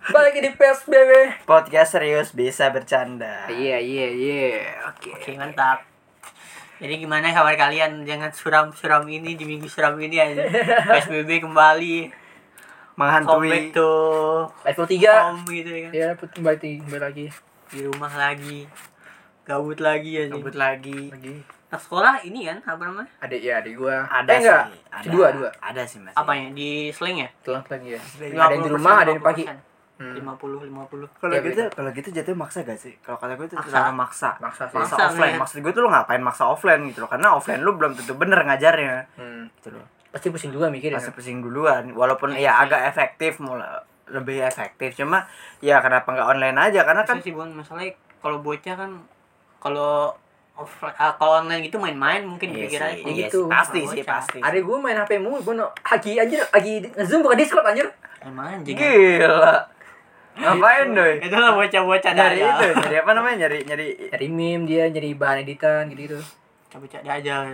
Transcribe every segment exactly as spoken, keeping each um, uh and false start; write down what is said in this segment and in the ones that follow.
Balik di P S B B. Podcast serius bisa bercanda. Iya iya iya. Oke. Oke, mantap. Jadi gimana kabar kalian? Jangan suram-suram ini di minggu suram ini aja. P S B B kembali. Menghantui. Comeback to Level tiga. home gitu ya kan. Iya, kembali kembali lagi. Di rumah lagi. Gabut lagi aja. Gabut lagi. Lagi. Nah, sekolah ini kan apa namanya? Ada ya, ada gua. Ada eh, enggak. sih. Ada. Dua, dua. Ada sih Mas. Apanya? Di Sling ya? Telah lagi ya. lima Ada yang di puluh rumah, persen, ada yang di pagi. lima puluh persen. Hmm. lima puluh lima puluh. Kalau Ya, gitu, betul. kalau gitu jatuh maksa gak sih? Kalau kata gue itu Maksa. terlalu maksa. Maksa sih. Maksa Maksa, offline. men. Maksud gue tuh lo ngapain maksa offline gitu loh? Karena offline lu belum tentu bener ngajarnya. Hmm. Gitu loh. Pasti pusing juga mikir ya. Masih pusing duluan. Walaupun Iya ya sih. agak efektif mulai lebih efektif. Cuma ya kenapa nggak online aja? Karena kan Kan sih Bon, masalahnya kalau bocah kan kalau offline uh, kalau online gitu main-main mungkin Iya pikir sih, aja. iya gitu. sih, pasti Bocah. sih pasti. Ada gua main H P mu, gua no, lagi anjir, lagi nge-zoom bukan Discord anjir. Emang anjing. Gila. Ngapain doi? Itu lah bocah-bocah Nyari dajal. itu, nyari apa namanya? Nyari nyari Nyari meme dia, nyari bahan editan gitu-gitu. Bocah dajal.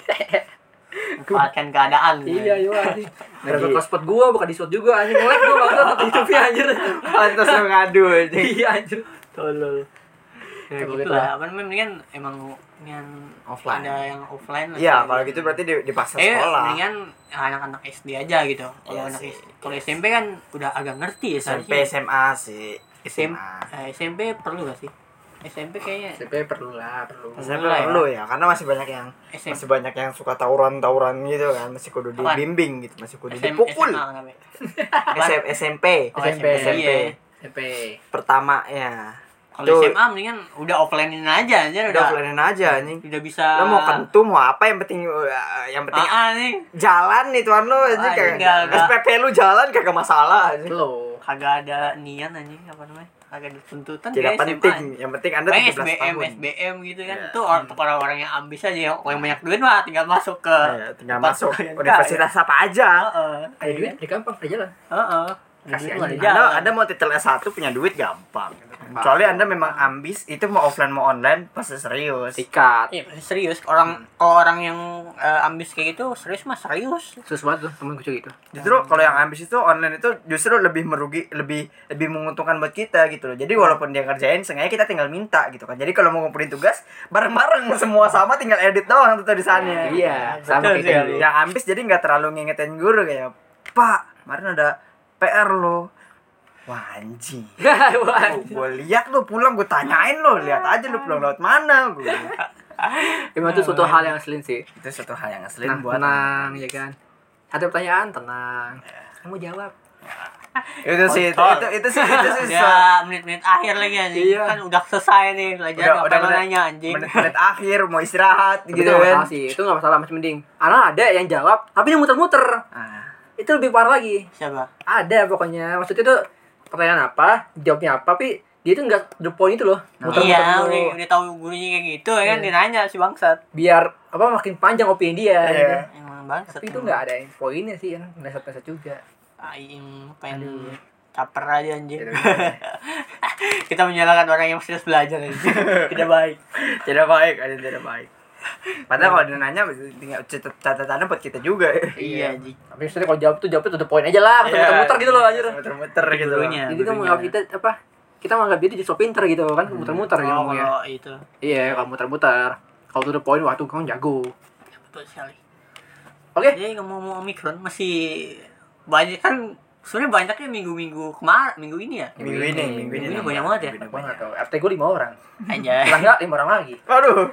Manfaatkan keadaan. Iya, iya anjing. Gara-gara Lagi- hotspot gua bukan Discord juga anjing. Nge-lag gua maksudnya satu YouTube-nya anjir. pantas lu ngadu aja. Iya anjir. Tolol. Ya Kalau gitu gitu lah. Apa namanya mendingan emang mendingan Offline. ada yang offline lah. Iya, sih. kalau gitu berarti di- dipaksa Eh, sekolah. mendingan anak-anak S D aja gitu. Kalau Iya anak sih. S D, kalau S M P kan udah agak ngerti ya S M P, seharusnya. S M A sih. S M S M A. eh, S M P perlu gak sih? S M P kayaknya S M P perlu lah, perlu. S M P Mulai ya. perlu ya, karena masih banyak yang S M P masih banyak yang suka tawuran-tawuran gitu kan, masih kudu Apaan? dibimbing gitu, masih kudu S M dipukul. S M A kenapa? S M S M P, Oh, S M P. S M P. Iya. S M P. Pertama ya. Kalau Tuh. S M A mendingan udah offline-in aja aja Udah udah. offline aja anjing. Udah bisa. Lo mau kentu mau apa yang penting uh, yang penting Ah, nih. jalan nih tuan lo anjing Ah, kayak enggak, enggak. S P P lu jalan kagak masalah anjing. Lo. Kagak ada nian anjing apa namanya? Kagak ada tuntutan Tidak kayak S M A. penting, yang penting Anda Kayak tujuh belas S B M, tahun. S B M gitu kan. Iya. Itu orang orang-orang yang ambis aja ya. Yang banyak duit mah tinggal masuk ke Iya, tinggal tempat masuk yang universitas apa aja. Heeh. Ada duit di gampang di jalan. Heeh. Kasih Duit mah aja. ada jalan. Anda, anda mau titel S satu punya duit gampang. Kecuali Anda memang ambis, itu mau offline mau online pasti serius. Sikat. Iya, serius. Orang kalau orang yang eh, ambis kayak gitu serius mah serius. Terus banget tuh temen gue gitu. Justru kalau yang ambis itu online itu justru lebih merugi, lebih lebih menguntungkan buat kita gitu loh. Jadi walaupun dia ngerjain, sengaja kita tinggal minta gitu kan. Jadi kalau mau ngumpulin tugas bareng-bareng semua sama, tinggal edit doang tuh tulisannya. Iya, sama Betul kita sih. dulu. Yang ambis jadi nggak terlalu ngingetin guru kayak, Pak, kemarin ada P R lo. Wah anjing. Wah. Gue lihat lo pulang, gue tanyain lo, lihat aja lo pulang lewat mana. Gue Emang itu suatu hal yang ngeselin sih. itu satu hal yang ngeselin Nah, buat tenang ya kan. Ada pertanyaan tenang. Kamu jawab. itu sih itu, Kontol. itu itu sih itu sih so- Ya menit-menit akhir lagi anjing. Iya. Kan udah selesai nih pelajaran apa lo menit- nanya anjing. menit-menit akhir mau istirahat Gitu gitu itu kan. masalah sih. Itu enggak masalah masih mending. Karena ada yang jawab tapi dia muter-muter. Ah, Itu lebih parah lagi. Siapa? Ada pokoknya. Maksudnya itu pertanyaan apa, jawabnya apa, tapi dia itu enggak the point itu loh. Muter-muter Iya, dulu. udah, udah tahu gurunya kayak gitu ya kan Iya. dia nanya si bangsat. Biar apa makin panjang opini dia. Iya. gitu. Emang bangsat. Tapi itu enggak ada yang poinnya sih yang ngesat-ngesat juga. Aing pengen Aduh. caper aja anjing. Gitu. Kita menyalahkan orang yang serius belajar anjing. Tidak baik. tidak baik, ada yang tidak baik. Padahal kalau dia nanya tinggal cat- catatannya buat kita juga. Iya anjing. Tapi maksudnya kalau jawab tuh jawabnya to the point aja lah, muter-muter gitu loh anjir. Muter-muter gitu loh. Gurunya. Jadi kan menganggap kita apa? Kita menganggap dia jadi so pinter gitu kan, muter-muter gitu Oh, ngomongnya. kalau itu Iya, kalau muter-muter. Kalau to the point waktu kamu jago. betul sekali. Oke. Jadi ngomong-ngomong Omicron masih banyak kan sebenarnya banyaknya minggu-minggu kemarin, minggu ini ya. Minggu ini, minggu ini. Minggu ini banyak banget ya? Minggu ini Banget tuh. R T gue lima orang. Aja. Kurang enggak lima orang lagi. Waduh.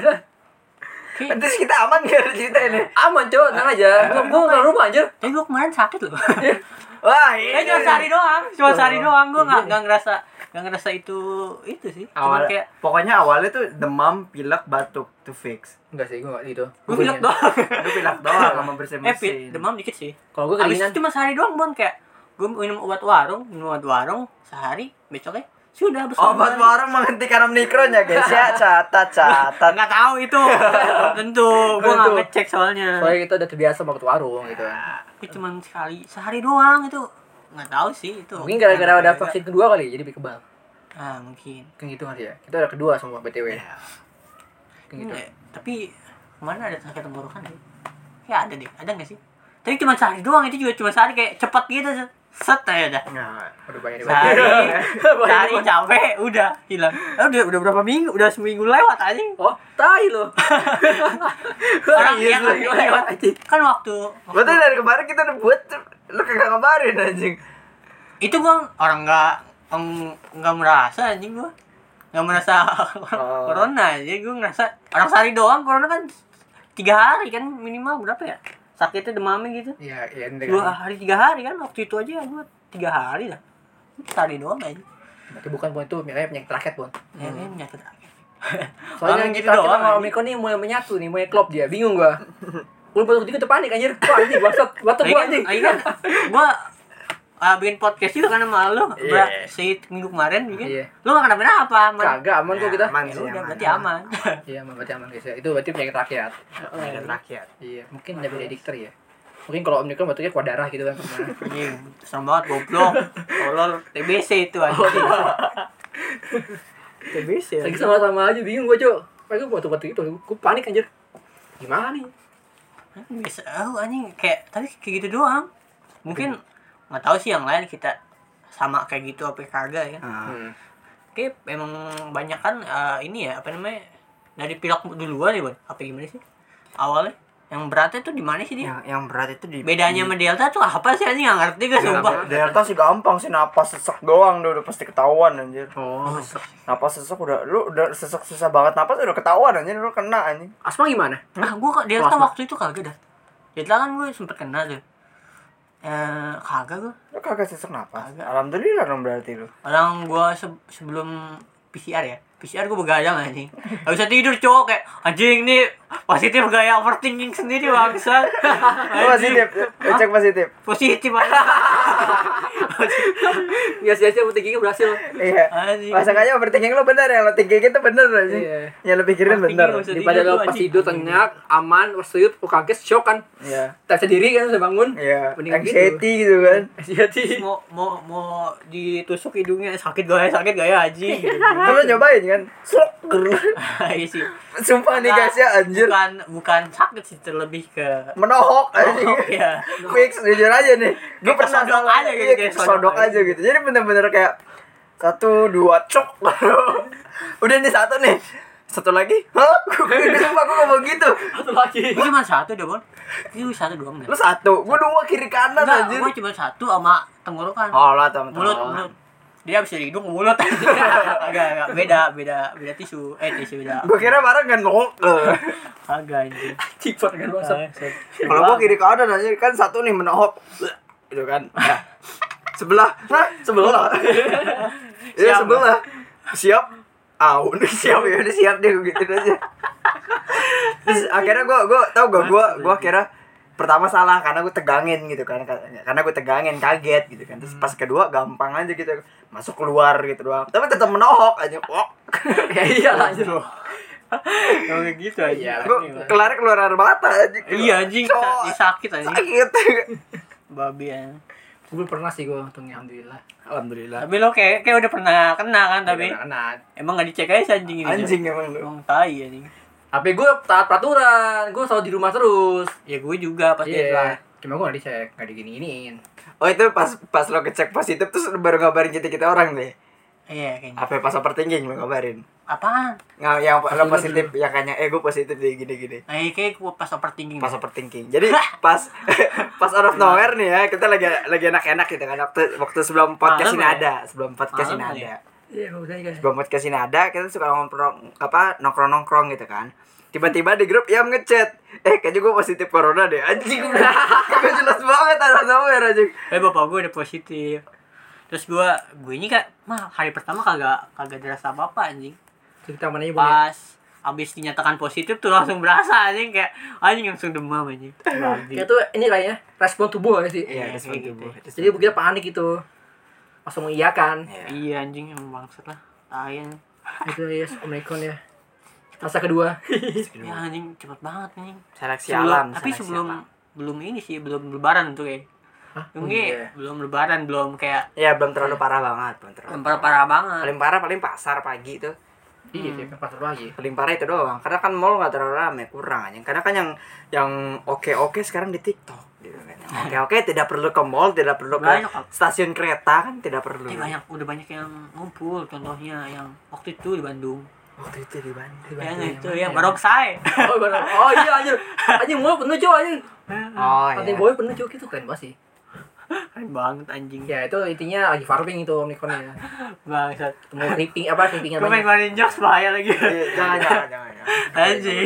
Terus kita aman gak ada cerita ini? Aman, Cok. Tenang aja. Gua gua enggak rumah anjir. Tapi gue kemarin sakit loh. Wah, Kayak ini. cuma sehari doang, cuma sehari doang. Gue nggak nggak ngerasa nggak ngerasa itu itu sih. Cuma Awal, kayak pokoknya awalnya tuh demam, pilek, batuk to fix. Enggak sih, gua enggak gitu. gue pilek doang. Lu pilek doang sama Eh, bersih-bersih. pil, demam dikit sih. Kalau gua Abis kedinginan. itu cuma sehari doang, Bon. Kayak gue minum obat warung, minum obat warung sehari, besoknya sudah besok. Obat warung menghentikan omikron ya guys ya, catat catat. Nggak tahu itu. Belum tentu. Gue nggak Tentu. ngecek soalnya. Soalnya kita udah terbiasa waktu warung gitu. Tapi cuma sekali, sehari doang itu. Nggak tahu sih itu. Mungkin gara-gara udah vaksin kedua kali jadi lebih kebal. Ah, mungkin. Kan gitu kali ya. Kita udah kedua semua B T W. Iya. Kan gitu. Eh, tapi kemana ada sakit tenggorokan deh? Ya ada deh, ada nggak sih? Tapi cuma sehari doang, itu juga cuma sehari kayak cepat gitu. set aja dah. Nah, Udah banyak Sehari, banyak. sehari capek, udah hilang. Eh, udah udah berapa minggu? Udah seminggu lewat anjing. Oh, tai lo. Orang Iya, yang seminggu lewat, anjing. kan waktu, waktu berarti dari kemarin kita udah buat lu kagak ngabarin anjing. itu gua orang nggak eng- nggak merasa anjing gua nggak merasa Oh. corona aja gua ngerasa orang sehari doang corona kan tiga hari kan minimal berapa ya sakitnya demamnya gitu Iya, iya ini dua kan. hari tiga hari kan waktu itu aja gua tiga hari lah sehari doang aja Berarti bukan Bon, itu mirip penyakit rakyat, Bon. ya kan penyakit rakyat. Soalnya Orang kita, gitu kita doang, sama anjing. Omikron nih mulai menyatu nih, mulai klop dia. Bingung gua. Udah batuk dikit tuh panik anjir. Wah, anjing bangsat. Batuk Lagi gua kan, anjing. lagi kan gua ah, bikin podcast juga kan sama lu Iya. yeah. Seit minggu kemarin bikin Iya. lu gak kenapa-napa aman Kagak aman kok kita. Aman ya sih, udah aman. berarti aman Iya, aman, berarti aman guys ya. Itu berarti penyakit rakyat. Penyakit rakyat. Iya, mungkin ada beda dikter ya. Mungkin kalau Omikron batuknya kuah darah gitu kan. anjing serem banget goblok tolol T B C itu anjing T B C Lagi sama-sama aja bingung gua, Cuk. Kayak gua batuk-batuk itu, gua panik anjir. Gimana nih? biasa oh, anjing kayak tapi kayak gitu doang mungkin nggak tahu sih yang lain kita sama kayak gitu apa kagak ya Ah. Hmm. kayak emang banyak kan eh, ini ya apa namanya dari pilek duluan ya Bon apa gimana sih awalnya yang beratnya tuh di mana sih dia Yang yang berat itu di bedanya sama delta tuh apa sih anjing nggak ngerti gue sumpah Delta sih gampang sih, napas sesek doang udah, udah pasti ketahuan anjir. Oh, Napas sesek udah lu udah sesek susah banget napas udah ketahuan anjir, lu kena anjing. asma gimana? ah gue kok delta Kelas, waktu itu kagak dah delta kan gue sempet kena tuh eh kagak gue Lu kagak sesek napas. Kagak. Alhamdulillah dong berarti lu. orang gue se- sebelum P C R ya P C R gue begadang anjing gak bisa tidur cowok kayak anjing nih positif gaya overthinking sendiri bangsa Lu positif, lu cek positif. positif aja Ya sia-sia overthinking berhasil. Iya. Anjing. Masakanya overthinking lu bener ya, lo thinking itu bener anjing. Iya. Ya lu pikirin Overthinking bener. nggak usah Daripada tidur lo tuh, pas anjing. tidur tenyak, aman, pas tidur, lo kaget, shock kan. Iya. Tak bisa diri kan, bisa bangun. Iya. Mendingan gitu. Anxiety gitu kan. Anxiety. mau mau mau ditusuk hidungnya sakit gak ya sakit gak ya anjing Lu nyobain kan? Slok. iya sih Sumpah nih guys ya anjir. bukan bukan sakit sih terlebih ke Menohok anjing. oh, ya Fix jujur aja nih. Gue Kayak pernah kesodok salah aja gitu, iya, kayak kesodok kesodok aja gitu. Jadi bener-bener kayak satu dua cok. Udah nih satu nih. Satu lagi. Hah? Gue sumpah gue ngomong gitu. Satu lagi. gue cuma satu deh Bon itu satu doang deh Lu satu, gue dua kiri kanan enggak anjir. gue cuma satu sama tenggorokan Oh lah teman-teman. mulut mulut dia bisa dari hidung ke mulut agak agak beda beda beda tisu eh tisu beda Gue kira bareng kan ngok. agak anjing Cipot kan bangsa. Kalau gue kiri kanan anjir kan satu nih menohok. Itu kan. Nah, sebelah. Hah? Sebelah. Iya Siap, sebelah. Siap. Ah, udah siap ya, udah siap deh gitu aja. Terus akhirnya gue gue tau gak gue gue akhirnya pertama salah karena gue tegangin gitu kan, karena gue tegangin kaget gitu kan. Terus pas kedua gampang aja gitu masuk keluar gitu doang, tapi tetap menohok aja. Wok. Ya iyalah anjir. kalau kayak gitu aja Iya. Gue kelar keluar air mata aja. iya anjing Cok, sa- sakit anjing sakit. babi ya Gue pernah sih gue untungnya alhamdulillah. Alhamdulillah. tapi lo kayak kayak udah pernah kena kan tapi Kena. emang gak dicek aja anjing ini Anjing emang lu. emang tai anjing Tapi gue taat peraturan, gue selalu di rumah terus. ya gue juga pasti Iya. lah Cuma gue gak dicek, gak digini-giniin. Oh itu pas pas lo ngecek positif terus lo baru ngabarin kita kita orang deh. iya kayaknya Apa pas overthinking lo ngabarin? apaan Nggak yang lo Pas positif dulu. ya kayaknya eh gue positif deh gini gini. eh kayak gue pas overthinking Pas overthinking. Jadi pas pas out of nowhere nih ya kita lagi lagi enak-enak gitu kan waktu waktu sebelum podcast Malam ini ya? ada sebelum podcast ini Malam ada. ya? Iya, gue usah guys. Sebelum podcast ini ada kita suka nongkrong apa nongkrong nongkrong gitu kan. Tiba-tiba di grup Yam ngechat, eh kayaknya gue positif corona deh. Anjing udah gak jelas banget out of nowhere anjing. eh bapak gue udah positif terus gue gue ini kak mah hari pertama kagak kagak dirasa apa apa anjing Cerita mana aja boleh. pas abis dinyatakan positif tuh langsung berasa anjing kayak anjing langsung demam anjing babi Kayak tuh ini kayaknya respon tubuh gak sih? Iya, Iya, respon kayak tubuh. gitu. Jadi kita panik gitu. Langsung mengiyakan. Iya. iya anjing emang bangsat lah tayan Itu ya, Omikron ya. Masa kedua. ya anjing cepet banget anjing Seleksi Sebelum- alam. tapi seleksi sebelum alam. belum ini sih belum lebaran tuh kayak Hah? Mungkin Oh, iya. belum lebaran belum kayak Ya belum terlalu parah banget, belum terlalu. belum parah parah banget Paling parah paling pasar pagi itu. Iya, sih, pasar lagi. Paling parah itu doang. Karena kan mall nggak terlalu rame, kurang aja. Karena kan yang yang oke oke sekarang di TikTok. Oke oke, tidak perlu ke mall, tidak perlu ke Banyak, Kak. stasiun kereta kan tidak perlu. Eh, banyak udah banyak yang ngumpul, contohnya yang waktu itu di Bandung. Waktu itu di Bandung. Yang itu mana yang ya? barongsai. Oh, bener. Oh iya anjir. Anjing mall penuh cowok anjing. Oh Pantai iya. Boy penuh cowok itu keren banget sih. Keren banget anjing. Ya itu intinya lagi farming itu Omniconnya. Bangsat. Ketemu creeping apa creepingnya Gue pengen banyak. ngeluarin jokes bahaya lagi. Iya, Jangan jangan jangan. jangan. Anjing.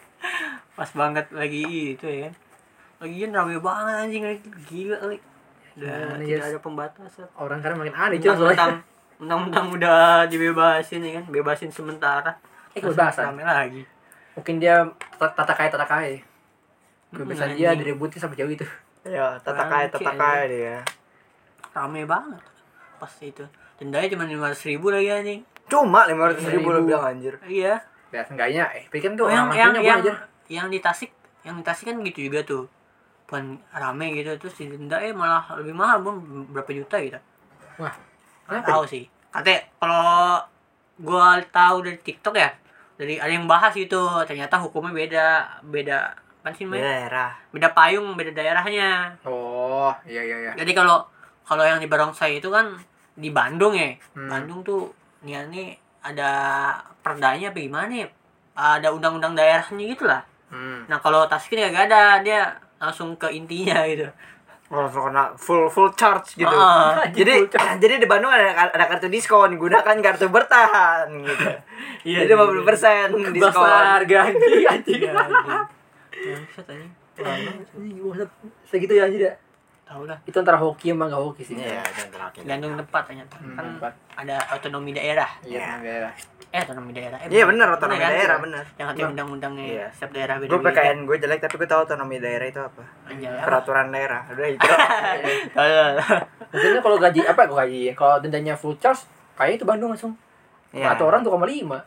Pas banget lagi itu ya kan. Lagian rame banget anjing lagi gila kali. Udah Gimana, tidak Jas? ada pembatasan. Orang sekarang makin aneh cuy soalnya. Mentang-mentang mentang-mentang udah dibebasin ya kan, bebasin sementara. Eh, Terus kebebasan. rame lagi. Mungkin dia tata tata kaya tata kaya. Kebebasan Hmm, dia anjing. diributin sampai jauh itu. Ya, tata kaya tata kaya dia. Rame banget pas itu. Dendanya cuma lima ratus ribu lagi anjing. Cuma lima ratus ribu lo Ribu. bilang anjir. Iya. Ya enggaknya eh pikir tuh Oh, yang orang yang mampunya yang, boleh aja. yang di Tasik, yang di Tasik kan gitu juga tuh. Bukan rame gitu terus didenda eh malah lebih mahal bang, berapa juta gitu. Wah. Nggak Kenapa? tahu sih. Katanya kalau gua tahu dari TikTok ya, dari ada yang bahas gitu, ternyata hukumnya beda, beda apa sih namanya? Daerah. Beda payung, beda daerahnya. Oh, iya iya iya. Jadi kalau kalau yang di Barongsai itu kan di Bandung ya. Hmm. Bandung tuh nih nih ada perdanya apa gimana ya? Ada undang-undang daerahnya gitu lah. Hmm. Nah, kalau Tasik ini nggak ada, dia langsung ke intinya gitu. Oh, langsung kena full full charge gitu. Ah, jadi jadi di Bandung ada ada kartu diskon, gunakan kartu bertahan gitu. Iya, Jadi lima puluh persen Besar diskon. harga anjing anjing. Iya, anjing. Bangsat anjing. Wah, Anjing, buset. Segitu ya anjing ya. tahu lah. Itu antara hoki sama enggak hoki sih. Iya, dan terakhir. Gantung tempat ternyata. Hmm, Kan tempat. ada otonomi daerah. Iya, iya. Eh, otonomi daerah. Eh, Iya benar otonomi kan? daerah benar. Yang nanti undang-undangnya Iya. setiap daerah Gue beda-beda. P K N gue jelek tapi gue tahu otonomi daerah itu apa. Anjay, apa? Peraturan daerah. Udah itu. Tahu, tahu, tahu. Mungkin kalau gaji apa kok gaji? Kalau dendanya full charge, kayak itu Bandung langsung. Iya. Atau orang dua koma lima.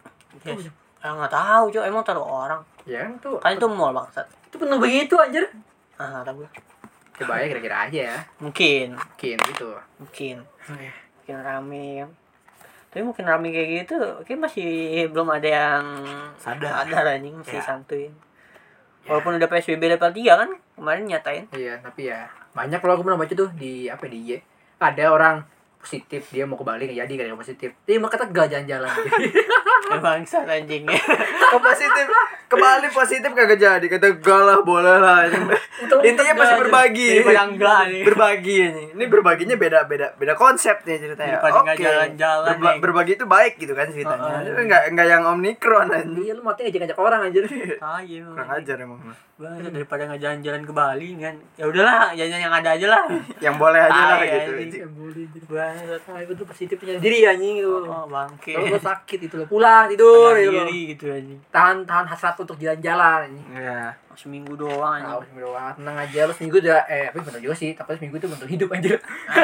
Yes. Ah, nggak tahu, Cok. Emang taruh orang. Ya kan tuh. Kan itu mall bangsat. Itu penuh begitu anjir. Ah, nggak tahu gue. Coba ya kira-kira aja ya. Mungkin, Mungkin gitu. mungkin. Mungkin rame kan. Tapi mungkin rame kayak gitu, kayak masih belum ada yang Sadar. sadar anjing, masih Ya. santuy. Walaupun udah P S B B level tiga kan, kemarin nyatain. Iya, tapi ya banyak kalau aku pernah baca tuh di apa di I G. Ada orang positif dia mau ke Bali nggak jadi karena positif. Dia mau kata gak jalan-jalan. Eh, bangsat anjing. Ke positif, ke Bali positif kagak jadi. Kata galah boleh lah. Intinya masih berbagi. Daripada enggak nih. Berbagi ini. Ini berbaginya beda beda beda konsep nih ceritanya. Daripada nggak jalan-jalan Berba- nih. berbagi itu baik gitu kan ceritanya. Uh-uh. Tapi enggak enggak yang omikron anjing. Iya lu mati ngajak-ngajak orang anjir. Ah, iya. Kurang ajar emang. Bangsat, daripada nggak jalan-jalan ke Bali kan. Ya udahlah, jalan yang ada aja lah. Yang boleh aja lah Tai, gitu. anjing. Ya boleh anjir. Bangsat. Ah, itu tuh positif punya diri anjing itu. Oh, bangke. Kalau lu sakit itu lo pulang tidur Sadar gitu loh. diri gitu anjing. Tahan tahan hasrat untuk jalan-jalan anjing. Iya. Seminggu doang Nah, anjing. seminggu doang, tenang aja, lu seminggu udah, eh, tapi bener juga sih, tapi seminggu itu bentuk hidup anjir.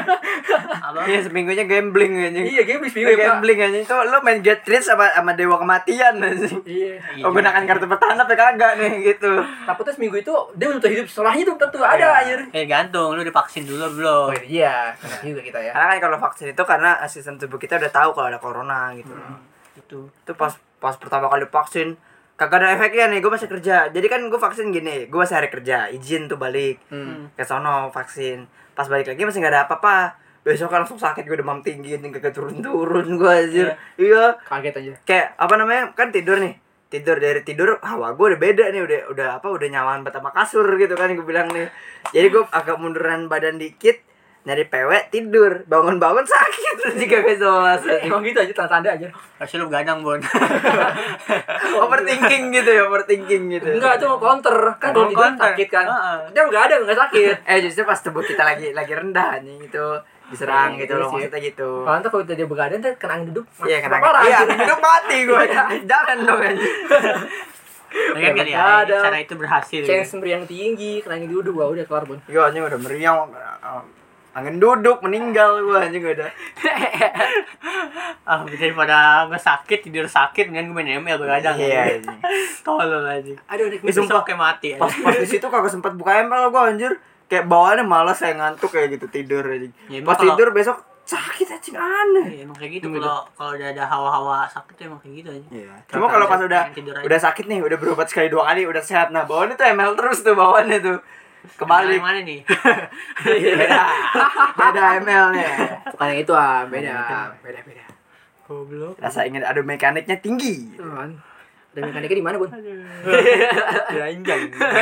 Apa? Iya seminggunya gambling anjing. Iya, game seminggu ya, Pak. Gambling anjing. Tuh lu main get rich sama sama dewa kematian anjing. Iya. Iya. Oh gunakan kartu bertahan apa kagak nih gitu. Takutnya seminggu itu dia bentuk hidup setelahnya tuh tentu ada Iya. anjir. Eh gantung, lu divaksin dulu belum? Oh iya, benar juga kita ya. Karena kan kalau vaksin itu karena sistem tubuh kita udah tahu kalau ada corona gitu. Itu. Itu pas pas pertama kali vaksin kagak ada efeknya nih, gue masih kerja. Jadi kan gue vaksin gini, gue masih hari kerja, izin tuh balik Hmm. ke sono vaksin. Pas balik lagi masih nggak ada apa-apa. Besok kan langsung sakit, gue demam tinggi, nih kagak turun-turun gue anjir. Iya. Kaget aja. Kayak apa namanya? Kan tidur nih. Tidur dari tidur, hawa gue udah beda nih, udah udah apa udah nyaman banget sama kasur gitu kan gue bilang nih. Jadi gue agak munduran badan dikit, nyari pewek tidur, bangun-bangun sakit terus juga kesolas. Emang gitu aja tanda-tanda aja. Harusnya lu begadang, Bon. Overthinking gitu ya, overthinking gitu. Enggak, itu mau counter. Kan kalau Mau tidur counter. sakit kan. Heeh. Dia enggak ada, enggak sakit. Eh justru pas tubuh kita lagi lagi rendah nih itu diserang Iya, gitu loh iya sih. maksudnya gitu. Kalau ntar kalau dia begadang ntar kena angin duduk. Iya kena parah. iya anjir. hidup mati gue. Jangan dong anjing. Tapi kan kali ya, Ada. cara itu berhasil. Chance meriang tinggi, kena angin duduk, wah udah kelar, Bun. Iya anjing udah meriang angin duduk meninggal gue anjing udah. Ah, daripada gue sakit, tidur sakit, kan gue main M L begadang. Iya anjing. Tolol anjing. Aduh, udah Ini sumpah. kayak mati. Pas pas di situ kagak sempat buka M L gue anjir. Kayak bawaannya malas saya ngantuk kayak gitu tidur anjing. Ya, emang Pas kalau- tidur besok sakit anjing aneh. Iya, emang kayak gitu kalau kalau udah ada hawa-hawa sakit tuh emang kayak gitu aja. Iya. Cuma kalau pas udah Pengen tidur aja. udah sakit nih, udah berobat sekali dua kali, udah sehat. Nah, bawaannya tuh M L terus tuh bawaannya tuh. Kebalik. Yang mana nih? Beda. Beda M L-nya. Bukan yang itu ah, beda. Beda beda. Goblok. Rasa ingin adu mekaniknya tinggi. Teman. Ada mekaniknya di mana, Bun? Diranjang.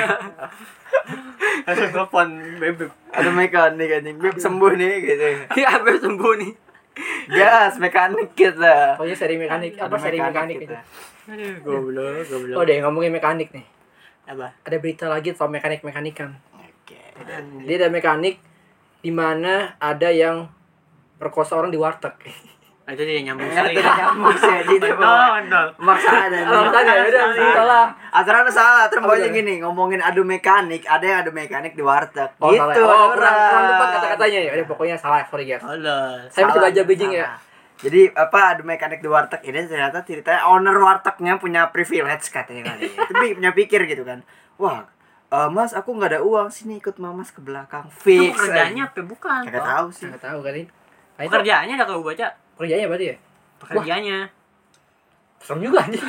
Langsung telepon bebek. Adu mekanik anjing. Beb sembuh nih gitu. Iya, Beb sembuh nih. Gas mekanik kita. Pokoknya seri mekanik, apa Adu seri mekanik itu. kita. Aduh, goblok, goblok. Oh, deh ngomongin mekanik nih. Apa? Ada berita lagi soal mekanik-mekanikan. Oke. Dia ada mekanik di mana ada yang perkosa orang di warteg. Ah, itu dia nyambung Ngerti sekali. udah nyambung sih anjing. Betul, betul. Maksaan Oh, anjing. tadi udah salah. Aturan salah, terus Oh, pokoknya bener. gini, ngomongin adu mekanik, ada yang adu mekanik di warteg. Oh, gitu. salah. Oh, kurang orang. kurang tepat kata-katanya ya. Udah pokoknya salah, sorry guys. Allah. Saya masih Salah, baca bridging ya. salah. Jadi apa adu mekanik di warteg ini ternyata ceritanya owner wartegnya punya privilege katanya kali. ya. Tapi punya pikir gitu kan. Wah, eh, Mas aku nggak ada uang, sini ikut Mamas ke belakang. Itu Fix. pekerjaannya apa bukan? Enggak tahu sih. Enggak tahu kali. Nah, itu Pekerjaannya udah kalau baca. kerjanya berarti ya? Pekerjaannya. Serem juga anjing.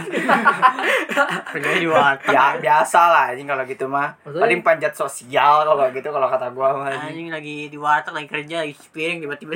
Kerjanya di warteg. Ya biasa lah anjing kalau gitu mah. Maksudnya? Paling panjat sosial kalau gitu kalau kata gua mah. anjing. Anjing lagi di warteg lagi kerja lagi cuci piring tiba-tiba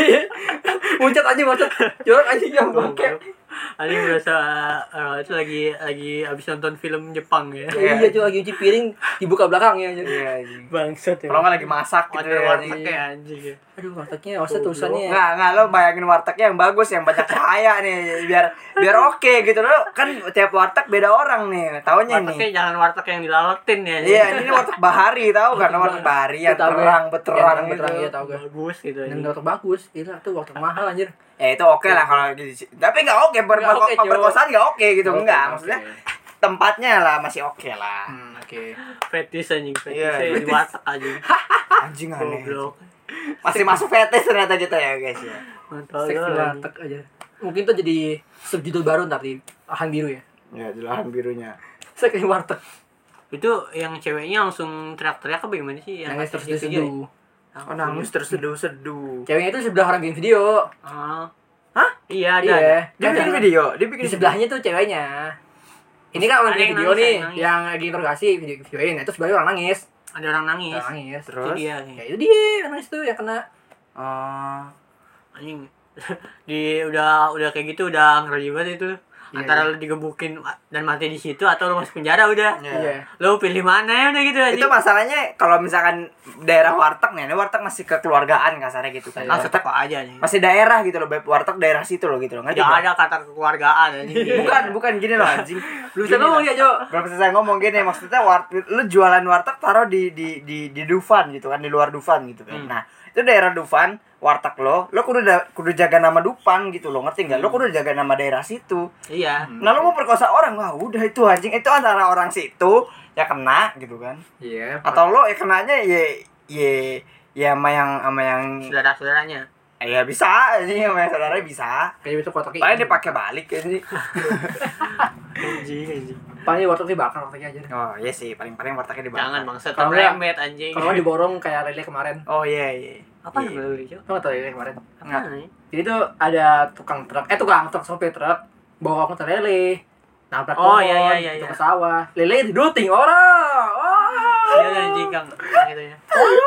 Muncat aja muncat. Jorok anjing yang bangke. anjing berasa eh, itu lagi lagi abis nonton film Jepang ya. Iya, cuma lagi cuci piring dibuka belakangnya anjing. Iya anjing. Bangsat ya. Kalau nggak lagi masak gitu Wadah ya. warteg anjing. kayak anjing ya. Aduh, wartegnya awas tulisannya. Nggak, nggak lo bayangin wartegnya yang bagus, yang banyak cahaya nih, biar biar oke gitu lo. Kan tiap warteg beda orang nih, taunya Wartegnya nih. jangan warteg yang dilaletin ya. Iya, ini warteg bahari tahu kan, warteg bahari yang Tahu gue. terang beterang Yang gitu. terang, iya, tahu gue. Bagus gitu Dan anjing. warteg bagus, gila tuh warteg mahal anjir. Eh itu oke lah kalau di sini. Tapi nggak oke, ber Nggak oke, Cok. perkosaan nggak oke gitu, Oke, enggak. oke. Maksudnya tempatnya lah masih oke lah. Hmm, oke. Fetis anjing, fetis Iya, di fetis. warteg anjing. Anjing aneh. Goblok. Masih masuk fetish ternyata gitu ya guys ya. Mantap. Seks di warteg aja. Mungkin tuh jadi subjudul baru ntar di Lahan Biru ya. Ya di lahan birunya. Seks di warteg. Itu yang ceweknya langsung teriak-teriak apa gimana sih? Nangis terus artis itu diseduh. Oh nangis terseduh-seduh. Ceweknya itu sebelah orang bikin video. Ah. Hah? Iya, ada. Iya. ada. Dia bikin video, dia bikin Di sebelahnya tuh ceweknya. Ini kan orang Ada bikin yang video nangis, nih, ada yang nangis. yang lagi interogasi video videoin. Itu sebelahnya orang nangis. Ada orang nangis. Orang nangis. Terus? Itu dia. Ya itu dia yang nangis tuh yang kena. Oh. Anjing. Di udah udah kayak gitu udah ngeri banget itu. Iya, Antara iya. lu digebukin dan mati di situ atau lu masuk penjara udah. Iya. Lu pilih mana ya udah gitu aja. Itu masalahnya kalau misalkan daerah warteg nih, ini warteg masih kekeluargaan kasarnya gitu kan. langsung Warteg apa aja nih. masih daerah gitu loh, Beb. Warteg daerah situ loh gitu loh. Ngerti Tidak nggak? ada kata kekeluargaan anjing. Bukan, bukan gini loh anjing. Lu bisa Gini ngomong loh. dia, Jo. Belum selesai ngomong gini, maksudnya wart lu jualan warteg taruh di di di di Dufan gitu kan, di luar Dufan gitu kan. Hmm. Nah, itu daerah Dufan, warteg lo, lo kudu da, kudu jaga nama Dufan gitu loh, ngerti nggak? Lo kudu jaga nama daerah situ. Iya. Nah, lo mau perkosa orang, wah udah itu anjing, itu antara orang situ ya kena gitu kan. Iya. Atau lo ya kenanya ya ya ya sama yang sama yang Saudara-saudaranya. eh, ya bisa sih sama yang saudaranya bisa. Kayak itu kotaknya. Paling dipakai balik ya sih. Anjing anjing. Paling wartegnya bakar wartegnya aja. Oh iya sih, paling-paling wartegnya dibakar. Jangan bangsat Kalau nggak- remet anjing. Kalau nggak diborong kayak Lele kemarin. Oh iya iya. Apa Iya. namanya lu, Cok? Tau nggak tau Lele kemarin? Nggak. Apa nih? Jadi tuh ada tukang truk, eh tukang truk sopir truk bawa motor lele, nabrak Oh, pohon, iya, iya, iya, itu iya. ke sawah, lele diduting orang, oh, Iya anjing Kang. Gitu ya.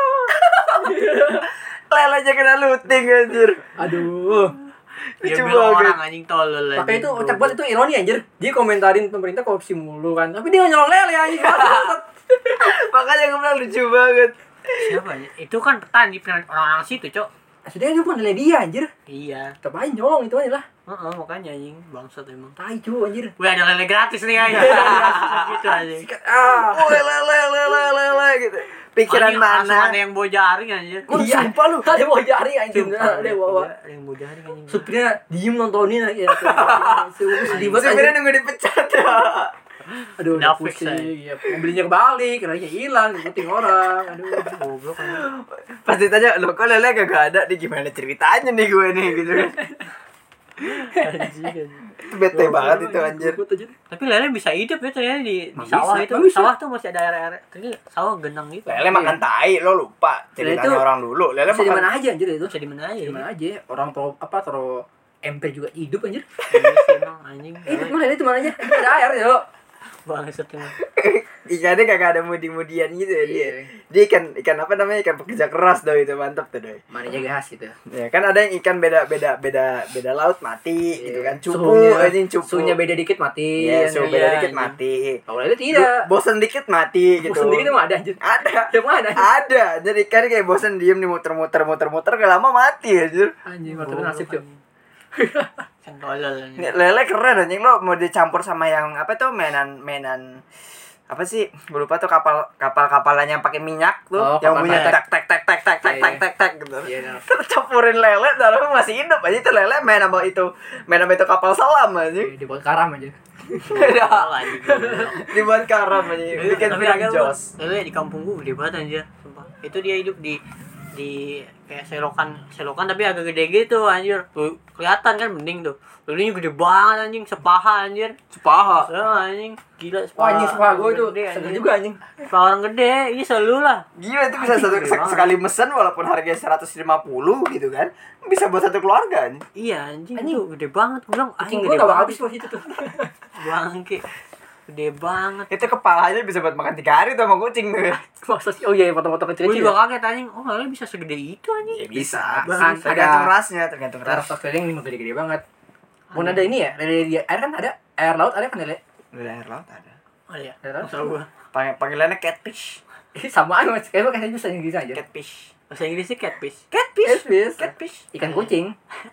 Lele aja kena looting anjir. aduh, Dia Lucu bilang banget. orang anjing tolol anjing. makanya itu ucap buat itu ironi anjir, dia komentarin pemerintah korupsi mulu kan, tapi dia nyolong lele anjing, Makanya gue bilang lucu banget. Siapa ya? Itu kan petani petani orang-orang situ, Cok. sudah itu bukan lele dia anjir, Iya. tetap aja nyolong itu aja lah, Heeh, makanya anjing bangsat emang. tai cu anjir, Wih, ada lele gratis nih anjing. Gitu anjing. sikat ah, Oh lele lele lele lele gitu. Pikiran Anjing, langsung mana? ada yang bawa jaring anjir. Oh, sumpah lu. ada bawa jaring anjing, Sumpah, ada bawa, ada yang bawa jaring anjing. supirnya diem nontonin aja, sedih banget Sebenarnya anjir. nunggu dipecat ya. Aduh, udah Nafik, pusing. Ya, mobilnya kebalik, kenanya hilang, ngikutin orang. Aduh, Goblok anjing. Pasti tanya, lo kok lele kagak ada nih, gimana ceritanya nih gue nih gitu kan. Anjing, anjing. Bete banget itu anjir. Gua aja. Tapi lele bisa hidup ya ternyata di, di Emang sawah bisa, itu. emang bisa. Sawah tuh masih ada area-area. Tadi sawah genang gitu. Lele makan tai, lo lupa ceritanya itu orang dulu. Lele Bisa di makan mana aja anjir itu. Bisa di mana aja. Di mana aja. Orang taro apa taro emper juga hidup anjir. Iya sih, emang anjing. Hidup mah itu mana aja. Itu ada air ya. Bangsat emang. Ikannya kagak ada mudi-mudian gitu ya dia. Iya. Dia ikan ikan apa namanya? Ikan pekerja keras doi itu mantap tuh doi. Maninya gas gitu. Ya kan ada yang ikan beda beda beda beda laut mati gitu kan. Cupu Suhunya, anjing cupu. suhunya beda dikit mati. Iya, suhu Iya, beda iya. dikit mati. Kalau lele tidak. Bosan dikit mati gitu. Bosan dikit emang ada anjir. Ada. Emang ada. Ada. Jadi ikan kayak bosan diem nih muter-muter muter-muter gak lama mati anjir. Anjing, martabak nasib, Cuk. Sentolol. Nih, lele keren anjing lo mau dicampur sama yang apa tuh mainan mainan apa sih gue lupa tuh kapal kapal kapalannya yang pakai minyak tuh Oh, yang kapal bunyi tek. tek tek tek tek tek tek Iya, tek iya. tek tek gitu Iya, iya. terus campurin lele dalamnya masih hidup aja itu lele main sama itu main sama itu kapal selam anjing Dibuat karam aja. Sentolol anjing. dibuat karam aja bikin Tapi film agak jos lele di kampung gua gede banget anjir, sumpah. Itu dia hidup di di kayak selokan selokan tapi agak gede gitu anjir. Tuh kelihatan kan bening tuh. Lelenya gede banget anjing, sepaha anjir. sepaha Ah, anjing gila Wah, sepaha. anjing sepaha gue tuh. Gede, Sedih anjing. juga anjing. Sepaha orang gede, iya selalu lah. gila itu bisa satu Gede sek- banget. sekali mesen walaupun harganya seratus lima puluh gitu kan bisa buat satu keluarga anjing. Iya anjing, Anjing. tuh gede banget. Gua bilang Anjing anjing gue gede gak banget. habis tuh situ tuh. Bangke. Gede banget. Itu kepalanya bisa buat makan tiga hari tuh sama kucing tuh. Masa sih? Oh iya, foto-foto Gue kecil-kecil. juga Ya? kaget anjing. Oh, lele bisa segede itu anjing. Ya bisa. Bahkan Tergantung ada- rasnya, tergantung Rasa ras. Australia ini gede-gede banget. Mau ada ini ya? Lele di air kan ada? Air laut ada kan lele? Lele air laut ada. Oh iya. Air laut. Tahu gua. Pang- Panggilannya catfish. Ih, samaan mas. Kayaknya kayak bisa Inggris aja. Catfish. Bahasa Inggrisnya catfish. Catfish. Catfish. Catfish. Ikan kucing.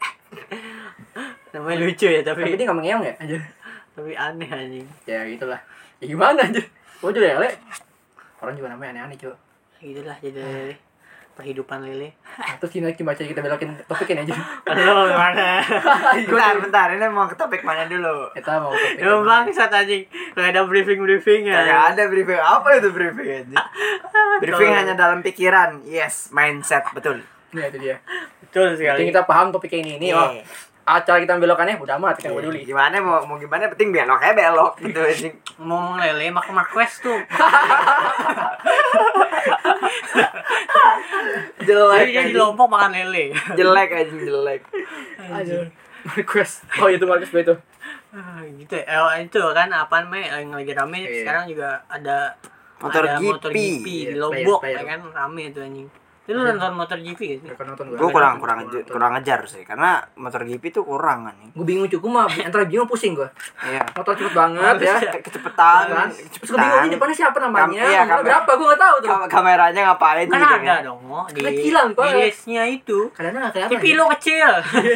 Namanya lucu ya, Tapi tapi dia nggak mengeong ya? Aja. tapi aneh anjing. Ya gitulah. Ya gimana aja? Oh juga lele. Orang juga namanya aneh-aneh cuy. Gitulah jadi lele. Perhidupan lele. Terus ini cuma aja kita belokin topikin aja. Halo, gimana? Bentar, bentar. Ini mau ke topik mana dulu? Kita mau topik. Ya bangsat anjing. Gak ada briefing-briefing ya. Gak ada briefing. Apa itu briefing aja? Briefing hanya dalam pikiran. Yes, mindset. Betul. Ini itu dia. Betul Jadi sekali. kita paham topiknya ini. Ini oh, Iya. acara kita belokannya udah amat kita nggak peduli. Gimana mau mau gimana penting belok kayak belok gitu anjing. Ngomong lele makan request tuh. Jelek. Jadi dia di anjing. Lombok makan lele. Jelek anjing jelek. Aduh. Request. Oh itu Marcus itu. Ah, gitu ya. Eh, itu kan apa namanya yang lagi rame Iya. sekarang juga ada Motor ada G P. motor G P di Iya, Lombok player, ya kan rame itu anjing. Itu lu nonton motor G P gak sih? Bukan nonton Gue kurang kurang kurang ngejar sih karena motor G P itu kurang anjing. Gue bingung cukup mah antara bingung pusing gue. Iya. Motor cepet banget ya. Ke- Kecepatan, Kan? Terus gue bingung ini depannya siapa namanya? Kam- iya, Nomornya kamer- berapa? Gue nggak tahu tuh. Kam- kameranya ngapain Kan gitu ada kan? dong Mo, di, Kecilan, Pak. di listnya itu. Kadang nggak kelihatan. T V lo kecil.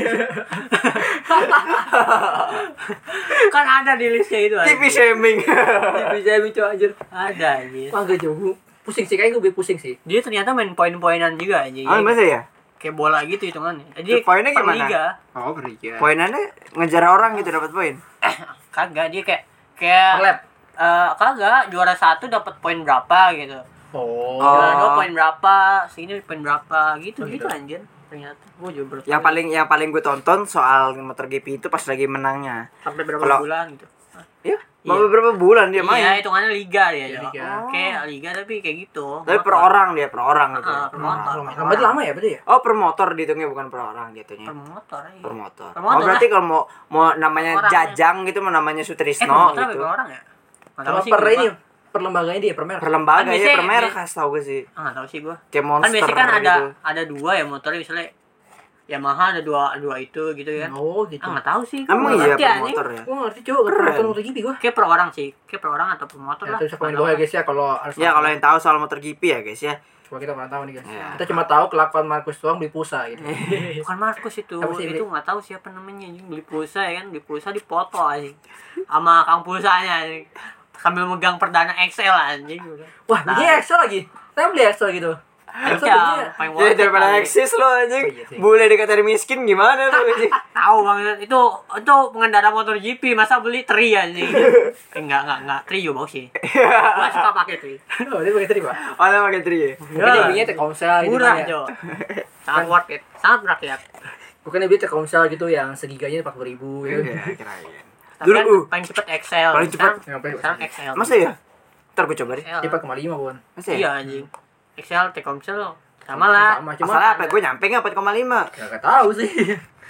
Kan ada di listnya itu. T V anjing. shaming. Bisa bicu aja. Ada anjir. Wah gak jauh. Pusing sih kayaknya gue lebih pusing sih. Dia ternyata main poin-poinan juga aja. Ah, masa ya? Kayak bola gitu hitungannya. Itu Jadi poinnya per gimana? liga. Oh berikan. Poinannya ngejar orang gitu dapat poin. Kagak dia kayak kayak Per lap. eh, kagak juara satu dapat poin berapa gitu. Oh. Juara dua Oh. poin berapa, sini poin berapa gitu Oh, gitu gitu. anjir. Ternyata gue juga baru Yang tahu. paling yang paling gue tonton soal motor G P itu pas lagi menangnya. sampai berapa kalau- bulan gitu. Iya, Iya. mau beberapa bulan dia Iya, main. hitungannya liga dia. Iya, Jo. liga. Kayak liga tapi kayak gitu. Tapi per Motor. orang dia, per orang gitu. Ah, per motor. Lambat lama ya berarti ya? Oh, per motor dihitungnya bukan per orang jatuhnya. Per motor iya. Per motor. Per Oh, motor, berarti kalau mau mau namanya Per orang, Jajang gitu mau namanya Eh, per Sutrisno motor apa gitu. per orang ya? Nggak tahu Sama sih per gua. ini, per lembaganya dia, per merek. Per lembaga Kan ya, biasanya- per merek bi- kasih tau gue sih. Ah, nggak tahu sih gua. Kayak Kan Monster biasanya kan ada gitu. ada dua ya motornya misalnya Yamaha ada dua dua itu gitu ya. Oh gitu. Ah, nggak tahu sih. Gua Emang nggak iya ngerti, per anjing. motor ya? Gue ngerti cuy, gue Keren. nonton motor G P gue. Kayak per orang sih. Kayak per orang atau per motor Ya, lah. terus komen di Nggak bawah ya tahu. guys ya kalau harus. Ya kalau yang tahu soal motor G P ya guys ya. Cuma kita nggak tahu nih guys. Ya. Kita cuma tahu kelakuan Markus doang beli pulsa gitu. Bukan Markus itu. Apa sih, itu Bli? nggak tahu siapa namanya anjing beli pulsa ya kan, beli pulsa dipoto anjing. Sama kang pulsanya anjing. Sambil megang perdana X L anjing. Wah, Nah. ini Excel lagi. Saya beli Excel gitu. Excel Kencang, belinya- paling Ya worth it daripada kali. eksis lo anjing. Iya sih. Bule dikatain miskin gimana lo anjing? Tahu banget itu itu pengendara motor G P masa beli tri anjing. Eh, enggak enggak enggak tri juga bagus sih. Gua suka pakai tri. Oh, dia pakai tadi, Pak. Oh, dia pakai tri ya. Mungkin dia belinya Telkomsel gitu Murah, kan ya. Jo. Sangat worth it. Sangat rakyat. Bukan dia beli Telkomsel gitu yang segiganya empat puluh ribu gitu. Iya, kirain. Tapi Dulu, kan uh. paling cepet X L. Paling cepet. Sekarang- Ngapain? Sekarang X L. Masa ya? Ntar gue coba deh. X L. Dia empat koma lima, Bon. Masa ya? Iya anjing. X L Telkomsel sama lah. Sama cuma Masalah apa? Gue nyampe nggak empat koma lima? ya, gak tahu sih.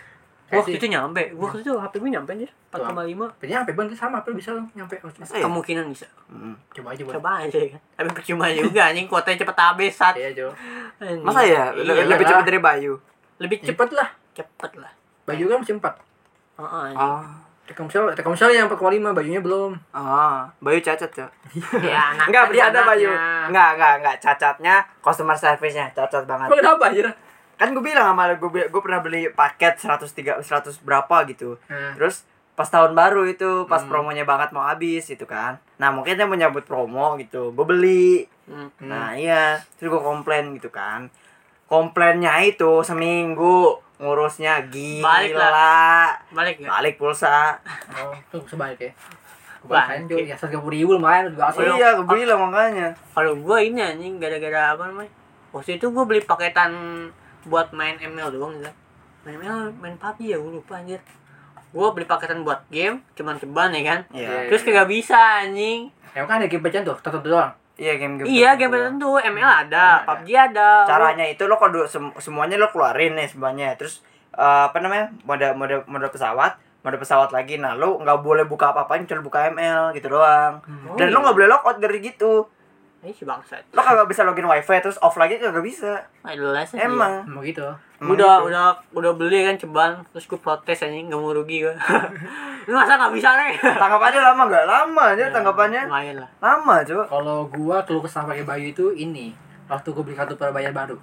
Wah, Kayak itu nyampe. Gua waktu itu H P gue nyampe anjir. empat koma lima. Kayaknya sampai banget sama apa bisa nyampe. Masa ya? Kemungkinan bisa. Mm. Coba aja buat. Coba aja kan. Tapi percuma juga anjing kuotanya cepet habis saat. Iya, Jo. Anjing. Masa ya? Iya, Le- lebih lah. cepat dari Bayu. lebih cepet Cepet lah. cepet lah. Baju kan masih empat. Heeh. anjing. Ah. Telkomsel, Telkomsel yang empat koma lima, bajunya belum. Ah, Bayu cacat ya. Ya, anak Enggak tadi bercanda Bayu. anaknya. Enggak, enggak, enggak cacatnya customer service-nya cacat banget. Emang kenapa aja? Kan gue bilang sama gue gue pernah beli paket seratus tiga seratus berapa gitu. Hmm. Terus pas tahun baru itu pas Hmm. promonya banget mau habis itu kan. Nah, mungkin dia mau nyambut promo gitu. Gue beli. Hmm. Nah, iya. Terus gue komplain gitu kan. Komplainnya itu seminggu ngurusnya gila. Balik lah. Balik enggak? Balik pulsa. Oh, tuh sebalik ya. Balik. Kebanyakan Jo, ya seratus tiga puluh ribu lumayan udah asal. Iya, gue bilang makanya. Kalau gua ini anjing gara-gara apa namanya? Waktu itu gua beli paketan buat main M L doang gitu. Main M L, main P U B G ya, gua lupa anjir. Gua beli paketan buat game, cuman ceban ya kan. Iya. Terus kagak bisa anjing. Ya kan ada game pecahan tuh, tertentu doang. Iya, game-game. Iya, game tertentu. tertentu, M L ada, Ada. P U B G ada. Caranya itu lo kalau sem- semuanya lo keluarin nih semuanya. Terus eh, apa namanya? Mode mode mode pesawat, mode pesawat lagi. Nah, lo nggak boleh buka apa-apain, cuma buka M L gitu doang. Oh, Dan iya. lo nggak boleh logout dari gitu. Ini si bangsat. Lo kagak bisa login wifi terus off lagi kagak bisa. Jelas aja. Emang. Emang gitu. Emang udah gitu. udah udah beli kan ceban, terus gue protes anjing, nggak mau rugi gue. Lu masa nggak bisa nih? Tanggapannya lama nggak? Lama aja tanggapannya. Lumayan lah. Lama coba. Kalau gua keluh kesah pakai Bayu itu ini, waktu gua beli kartu prabayar baru.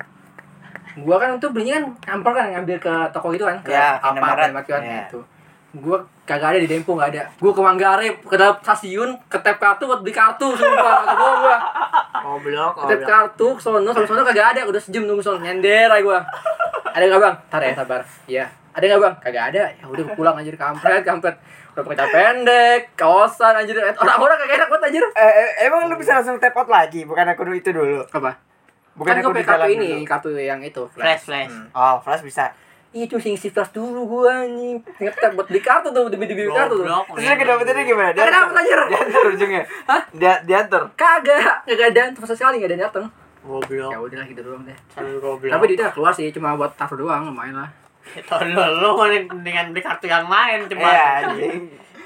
Gua kan itu belinya kan ngampar kan ngambil ke toko gitu kan, ke Ya, apa Indomaret. apa kan Ya. itu. Gua kagak ada di Dempo, enggak ada. Gua ke Manggarai ke dalam stasiun, ke tap kartu buat beli kartu sumpah kata gua. gua. Goblok, Ke tap goblok. kartu sono, sampai sono kagak ada, udah sejam nunggu sono nyender aja gua. Ada enggak, Bang? Entar ya, sabar. Iya. Ada enggak, Bang? Kagak ada. Ya udah gua pulang anjir, kampret, kampret. Udah pakai celana pendek, kaosan anjir. Orang-orang kagak enak banget anjir. Eh, eh, emang lu bisa langsung tap out lagi? Bukan aku dulu itu dulu. Apa? Bukan Kan aku gua di pakai kartu jalan ini, dulu. kartu yang itu, Flash, flash. Hmm. Oh, flash bisa. Iya cuma ngisi flash dulu gua anjing. Ngetek buat beli kartu tuh, demi demi kartu tuh. Goblok. Terus lu dapetinnya gimana? Kagak dapet anjir. Diantar ujungnya. Hah? Dia diantar. Kagak, kagak ada sama sekali enggak ada yang dateng. Goblok. Ya udahlah gitu doang deh. Selalu goblok. Tapi dia keluar sih cuma buat taruh doang, lumayan lah. Tolol lu mending dengan beli kartu yang lain coba. Iya, anjing.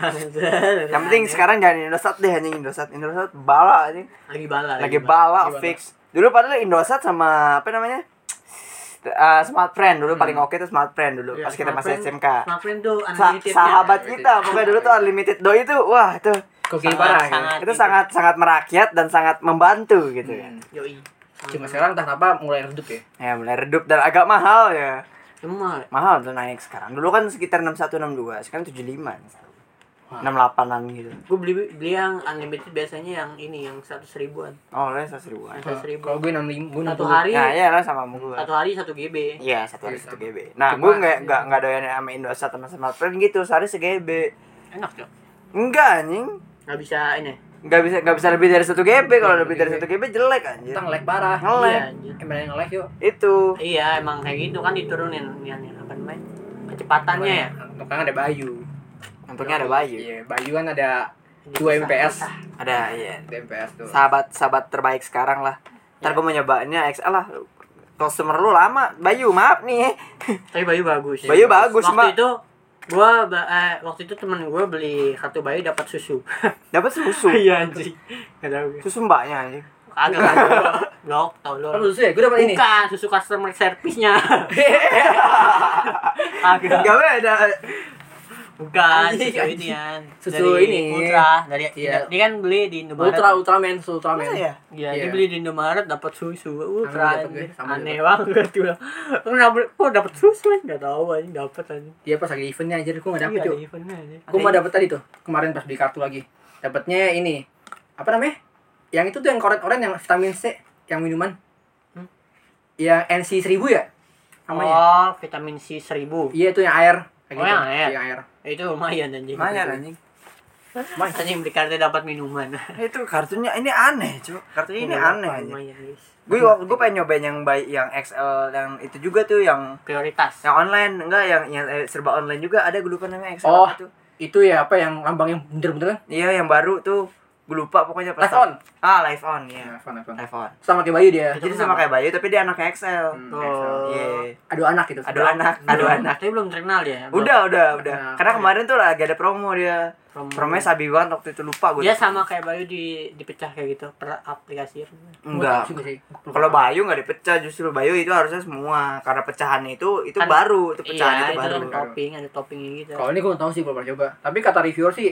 Yang penting sekarang jangan Indosat deh anjing, Indosat. Indosat bala anjing. lagi bala. Lagi bala Lagi bala. fix. Dulu padahal Indosat sama apa namanya? Uh, Smart Friend dulu paling oke tuh Smart Friend dulu Iya, pas kita Smart masih Friend- S M K. Smart Friend tuh Sa- unlimited sahabat ya. kita pokoknya dulu tuh unlimited doi itu wah itu Kok gini parah ya? sangat itu sangat sangat merakyat dan sangat membantu gitu ya. Hmm. Yoi. Cuma sekarang entah kenapa mulai redup ya. Ya mulai redup dan agak mahal ya. Emang Mahal tuh naik sekarang. Dulu kan sekitar enam satu enam dua, sekarang tujuh lima Wah. enam delapan-an gitu. gue beli beli yang unlimited biasanya yang ini yang seratus ribuan. Oh, lu seratus ribuan. Yang seratus ribu. Kalau gue enam lima, gue Satu hari. Nah, iya lah sama sama gua. Satu hari satu G B. Iya, satu hari Iya, satu sama. G B. Nah, Cuma- gua enggak enggak enggak doyan sama Indosat sama Smart Friend gitu, sehari se-G B. Enak tuh. Enggak anjing. Nggak bisa ini. Enggak bisa enggak bisa lebih dari satu G B. Kalau Iya, lebih dari G B. satu G B jelek anjir. kita nge-lag parah. Nge-lag. Iya, anjir. Emang yang nge-lag yuk. Itu. Iya, emang kayak gitu kan diturunin yang apa namanya? Kecepatannya ya. Makanya ada Bayu. Untungnya ada Bayu. Iya, Bayu kan ada dua M P S. Ada iya. dua M P S tuh. Sahabat sahabat terbaik sekarang lah. Ntar Iya. gua mau nyobainnya X L lah. Customer lu lama. Bayu, maaf nih. Tapi Bayu bagus. Bayu bagus, Waktu Mbak. itu gua ba- eh, waktu itu temen gua beli kartu Bayu dapat susu. Dapat susu. Iya anjing. Enggak tahu gue. Susu mbaknya anjing. Kagak kagak. Blok tau lu. Apa susu ya? Gue dapat ini. Bukan, susu customer service-nya. Kagak. Enggak beda. Bukan, Anjing, susu anjing. ini kan. Susu Dari ini. Ultra, dari Iya. dia kan beli di Indomaret. Ultra Ultraman, susu Ultraman. Masa ya? Iya, Iya. dia beli di Indomaret dapat susu Ultra. Sama dapet gue, anjing. sama Aneh banget tuh. Lu dapet kok dapat susu kan? Enggak tahu anjing dapat anjing. Dia pas lagi eventnya anjir, gue gak dapet Iya, cuy. ada eventnya anjing. Gue mau dapet tadi tuh, kemarin pas beli kartu lagi. Dapatnya ini, apa namanya? Yang itu tuh yang koren-koren yang vitamin C, yang minuman. Hmm? Yang N C seribu ya? Namanya. Oh, vitamin C seribu. Iya itu yang air. Kayak Oh, gitu. yang air. Yang air. Itu lumayan anjing. Lumayan anjing. Mas, Anjing beli kartu dapat minuman. Itu kartunya ini aneh, Cuk. Kartunya ini aneh anjing. Lumayan, guys. Gue gue pengen nyobain yang baik yang X L yang itu juga tuh yang Prioritas. yang online enggak yang yang eh, serba online juga ada gue lupa namanya X L Oh. apa tuh. itu ya apa yang lambangnya bener-bener kan? Iya yang baru tuh Gue lupa pokoknya pas. Live on. Ah, live on ya. Live on, live on. Live on. Sama kayak Bayu dia. Jadi sama kayak Bayu tapi dia anaknya Excel. Hmm, Oh. Iya. Aduh anak gitu. Aduh anak, aduh Belum, anak. tapi belum terkenal dia. Belum. Udah, udah, udah. Nah, Karena iya. kemarin tuh lagi ada promo dia. Promo. Promonya sabi banget waktu itu, lupa gue. Dia sama kayak Bayu di dipecah kayak gitu per aplikasi. Enggak. Juga sih. Kalau Bayu nggak dipecah, justru Bayu itu harusnya semua. Karena pecahannya itu itu Kan- baru, itu pecahan Iya, itu itu baru. ada topping, ada toppingnya gitu. Kalau ini gue nggak tahu sih, belum pernah coba. Tapi kata reviewer sih,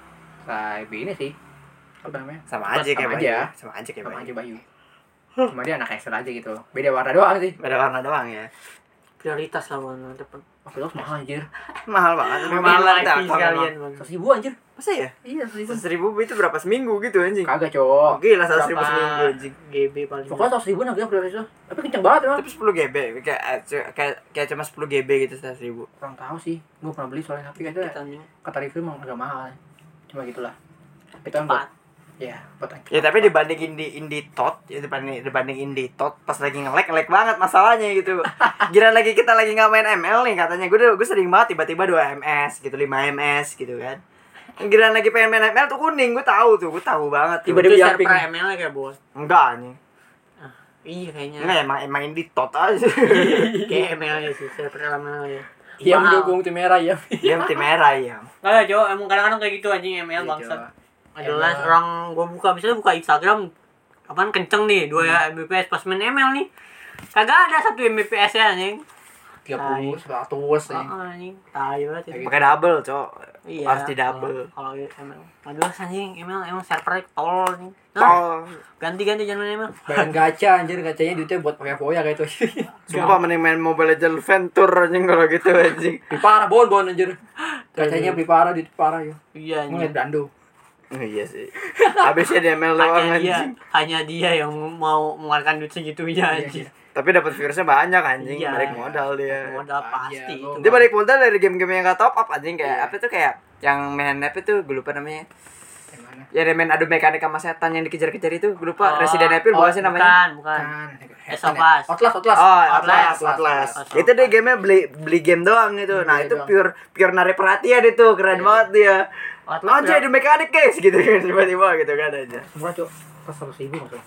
kayak ini sih. Apa namanya? Sama aja kayak Sama Bayu. aja. Sama aja kayak Sama Bayu. aja Bayu. Cuma dia anak Excel aja gitu. Beda warna doang sih. Beda warna doang ya. Prioritas lah warna depan. Waktu itu mahal anjir. Mahal banget. Mahal Mahal I P sekalian, Bang. Seratus ribu anjir. Masa ya? Iya, seratus ribu. Seratus ribu itu berapa seminggu gitu anjing? Kagak cowok. Oke lah seratus ribu Berapa seminggu anjing. G B paling. Pokoknya seratus ribu harga prioritasnya. Tapi kenceng banget emang. Tapi sepuluh giga kayak kayak kayak cuma sepuluh giga gitu seratus ribu. Kurang tahu sih. Gue pernah beli soalnya tapi kayaknya Katanya kata review emang agak mahal. Cuma gitulah. Itu kan empat. ya, buat Ya tapi dibanding indie indie tot, ya dibanding dibanding indie tot pas lagi nge-lag nge-lag banget masalahnya gitu. Kira lagi kita lagi nggak main M L nih katanya. Gue gue sering banget tiba-tiba dua M S gitu, lima M S gitu kan. Kira lagi pengen main M L tuh kuning, gue tahu tuh, gue tahu banget. tuh. Tiba-tiba Itu jumping. server M L kayak bos. Enggak nih. Ah, iya kayaknya. Enggak emang emang indie tot aja. Kayak M L ya sih, server M L ya. Iya, Mahal. mendukung tim merah ya. Dia tim merah ya. Enggak, Jo, emang kadang-kadang kayak gitu anjing M L Iya, bangsat. coba. Jelas Emang. orang gua buka misalnya buka Instagram apaan kenceng nih dua M B P S pas main M L nih. Kagak ada satu M B P S ya anjing. tiga puluh, seratus nih. Heeh anjing. Tai banget itu. Pakai double, Cok. Iya. Harus di double. Kalau kalau M L. Aduh anjing, M L emang servernya tol anjing. Nah, Oh, ganti-ganti jangan main M L. Bayar gacha anjir, gacanya duitnya buat pakai foya kayak itu. sumpah mending main Mobile Legends Venture anjing kalau gitu anjing. Beli parah bon bon anjir. Gacanya beli parah, duit parah ya. Iya Mau liat anjing. Brando. Oh, iya sih. Habisnya di M L doang Hanya dia, anjing. hanya dia yang mau mengeluarkan duit segitunya Iya, anjing. iya. Tapi dapat viewersnya banyak anjing, Iya. balik modal dia. Modal Iya, pasti gua- itu. Dia balik modal dari game-game yang gak top up anjing kayak Iya. apa tuh kayak yang main apa tuh gue lupa namanya. Gimana? Ya ada main adu mekanik sama setan yang dikejar-kejar itu gue lupa. Oh, Resident Evil oh, bukan sih namanya? Bukan, bukan. Kan. Last of Us. Outlast, Outlast. Oh, Outlast, Atlas, Outlast, Atlas. Outlast. Itu deh gamenya beli beli game doang itu. Nah, Iya itu doang. pure pure narik perhatian itu, keren Iya. banget dia. Outlast Aja adu mekanik guys gitu kan tiba-tiba gitu kan aja. Murah, Cok. Pas seratus ribu maksudnya.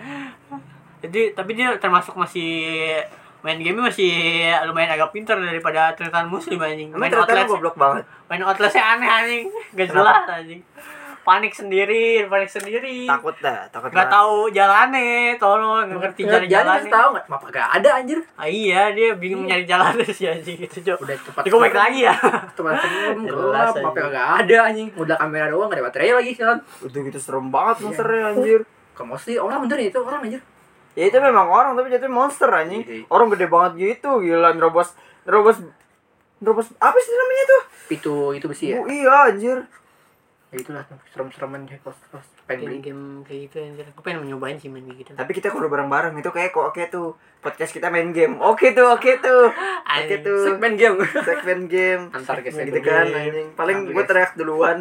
Jadi tapi dia termasuk masih main game masih lumayan agak pintar daripada Tretan Muslim anjing. Emang Main ternyata Outlast, goblok banget. main Outlastnya aneh anjing. Gak jelas anjing. Panik sendiri, panik sendiri. Takut dah, takut Gak banget. tahu jalannya, tolong nggak ngerti Jalan cari jalan. jalan tahu enggak? Apa gak ada anjir. Ah, iya, dia bingung nyari jalan si anjing gitu, Cok. Udah cepat. Dia balik lagi ya. Teman serem, Jelas gelap, aja. apa gak ada anjing. Udah kamera doang, gak ada baterai lagi jalan. Udah gitu serem banget Iya. monsternya anjir. Kamu sih orang bener itu orang anjir. Ya itu memang orang tapi jatuhnya monster anjing. Iya. Orang gede banget gitu, gila nerobos nerobos nerobos apa sih namanya tuh? Itu itu besi ya. Oh, iya anjir. Ya itulah tuh, serem-sereman deh terus terus pengen beli. Game-game kayak gitu anjir. Aku pengen nyobain sih main kayak gitu. Tapi kita kalau bareng-bareng itu kayak kok oke tuh. Podcast kita main game. Oke tuh, oke tuh. Oke Anjing. tuh. Segmen game. Segmen game. Antar guys, gitu segmen kan game. anjing. Paling Antar gue guys. teriak duluan.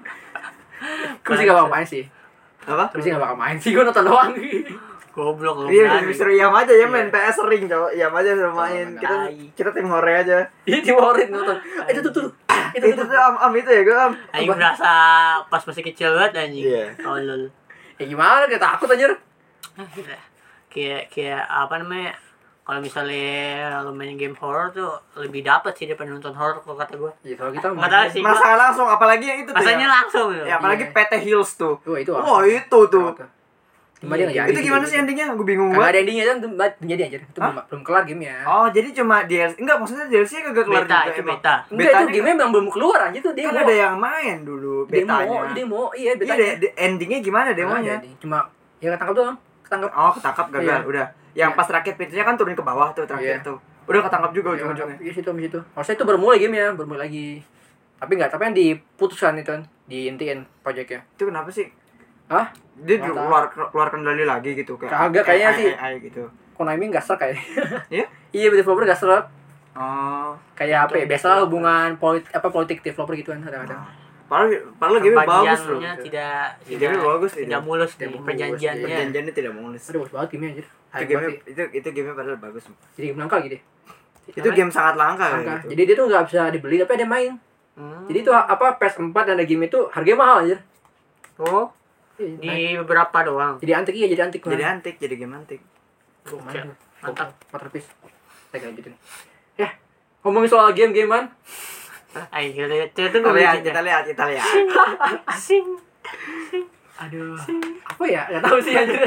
Gue sih gak bakal main sih. Apa? Gue sih gak bakal main sih, gue nonton doang. Goblok lu. Iya, berani. disuruh Iam aja ya main P S sering, cowok. Iam aja suruh main. Oh, Kita tai. kita tim hore aja. Iya timorin nonton. Eh, Itu tuh tuh. Itu itu tuh am am itu ya, gue am. Anjing berasa pas masih kecil banget anjing. Iya. Oh lol. Ya gimana kayak takut anjir. Ah, gila. Kayak kayak apa namanya? Kalau misalnya lo main game horror tuh lebih dapat sih daripada nonton horror kalau kata gue. Iya, kalau kita Nggak tahu sih. Merasakan langsung apalagi yang itu tuh. Rasanya ya. langsung gitu. Ya apalagi Iya. P T Hills tuh. Wah, itu apa? Wah, itu tuh. Cuma dia nggak jadi. Itu gimana sih endingnya? Gue bingung Kagak banget. ada endingnya kan, itu jadi anjir. Itu Hah? belum, belum kelar gamenya. Oh, jadi cuma D L C. Enggak, maksudnya D L C kagak keluar Beta, juga itu emang. beta. Enggak, itu Betanya gamenya memang belum keluar anjir tuh demo. kan ada yang main dulu demo, betanya. demo, iya Iya, betanya. de- de- endingnya gimana demonya? Nggak ada, cuma ya ketangkap doang, ketangkap. Oh, ketangkap gagal, Iya. udah. Yang Iya. pas rakit pintunya kan turun ke bawah tuh terakhir Iya. tuh. Udah ketangkap juga Ya, ujung-ujungnya. Iya situ, di situ. Maksudnya itu baru mulai gamenya, baru mulai lagi. Tapi enggak, tapi yang diputuskan itu kan, diintiin projectnya. Itu kenapa sih? Hah? Dia Nggak tahu. keluar keluar kendali lagi gitu kayak. Kagak, kayaknya A I, sih. A I gitu. Konami enggak serak kayaknya. Iya? Iya, developer enggak serak. Oh. Kayak apa ya? Biasalah hubungan politik apa politik developer gitu kan kadang-kadang. Padahal padahal game bagus loh. Perjanjiannya tidak Iya, tidak game bagus, tidak tidak. mulus Tidak nih mulus, perjanjiannya. Perjanjiannya tidak mulus. Aduh, bagus banget gamenya anjir. Itu Hype game banget sih. itu itu game padahal bagus. Jadi game langka gitu. Itu game sangat langka Langka. kayak gitu. Jadi dia tuh enggak bisa dibeli tapi ada yang main. Hmm. Jadi itu apa P S empat dan ada game itu harganya mahal anjir. Oh, Di beberapa doang. Jadi antik iya, jadi antik. Jadi antik, jadi game antik. Gokil. Mantap. Masterpiece. Kita lanjutin. Ya, ngomongin soal game-gamean. Ayo kita lihat. Kita Kita tunggu lihat, lucunya. kita lihat, kita lihat. Sing. Aduh. Apa ya? Enggak tahu sih anjir.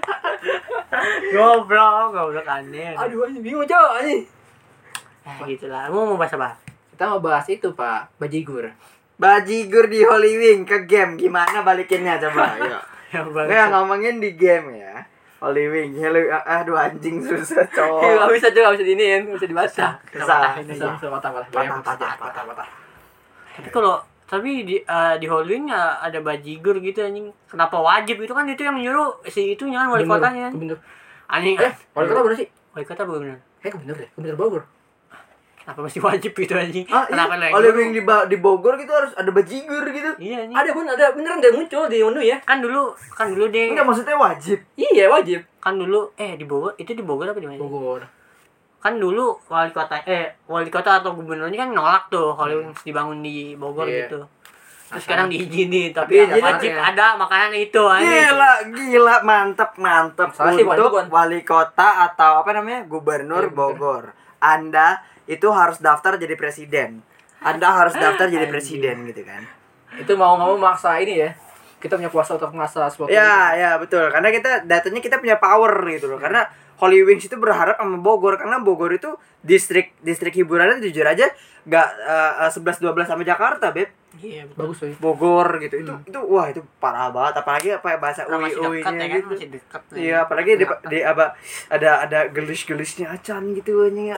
Goblok, goblok aneh. Aduh, anjing bingung, Cok. Anjing. Ya gitu lah. Mau mau bahas apa? Kita mau bahas itu, Pak. Bajigur. Bajigur di Holy Wing ke game gimana balikinnya coba? Ayo. Yang Nggak ngomongin di game ya. Holy Wing, hello, aduh anjing susah Enggak cowok. bisa, Cok. Enggak bisa diiniin, enggak bisa dibaca. Susah. Bisa, bisa patah, patah. Patah, Patah, patah, patah, patah. Tapi kalau tapi di uh, di Halloween ya ada bajigur gitu anjing. Kenapa wajib itu kan itu yang nyuruh si itu kan wali Bener, kotanya. Bener. Anjing. Eh, wali kota bener sih? Wali kota bener. Eh, bener deh. Bener Bogor. Kenapa masih wajib itu anjing? Ah, Kenapa iya. lagi? Holy Wing di, Ba- di Bogor gitu harus ada bajigur gitu. Iya anjing. Ada pun ada beneran dia muncul di menu ya. Kan dulu kan dulu dia Enggak maksudnya wajib. Iya, wajib. kan dulu eh di Bogor itu di Bogor apa di mana? Bogor. Kan dulu wali kota eh wali kota atau gubernurnya kan nolak tuh kalau dibangun di Bogor Iya. gitu. Terus sekarang diizinin tapi Tapi ya, ada wajib ya. ada makanan itu anjing. Gila, gila, mantep, mantep. Salah sih, Untuk Buan. wali kota atau apa namanya gubernur Iya, bener. Bogor. Anda itu harus daftar jadi presiden. Anda harus daftar jadi presiden gitu kan. Itu mau nggak mau maksa ini ya. Kita punya kuasa untuk mengasah sesuatu. Ya, ya betul. Karena kita datanya kita punya power gitu loh. Karena Holy Wings itu berharap sama Bogor karena Bogor itu distrik distrik hiburannya jujur aja nggak uh, sebelas dua belas sama Jakarta, Beb. Iya betul. Bagus tuh. Bogor gitu. Itu Hmm. itu wah itu parah banget apalagi apa ya, bahasa Nah, masih dekat ui-uinya ya kan gitu. masih dekat. Iya, apalagi di, di apa ada ada gelis-gelisnya acan gitu anjing.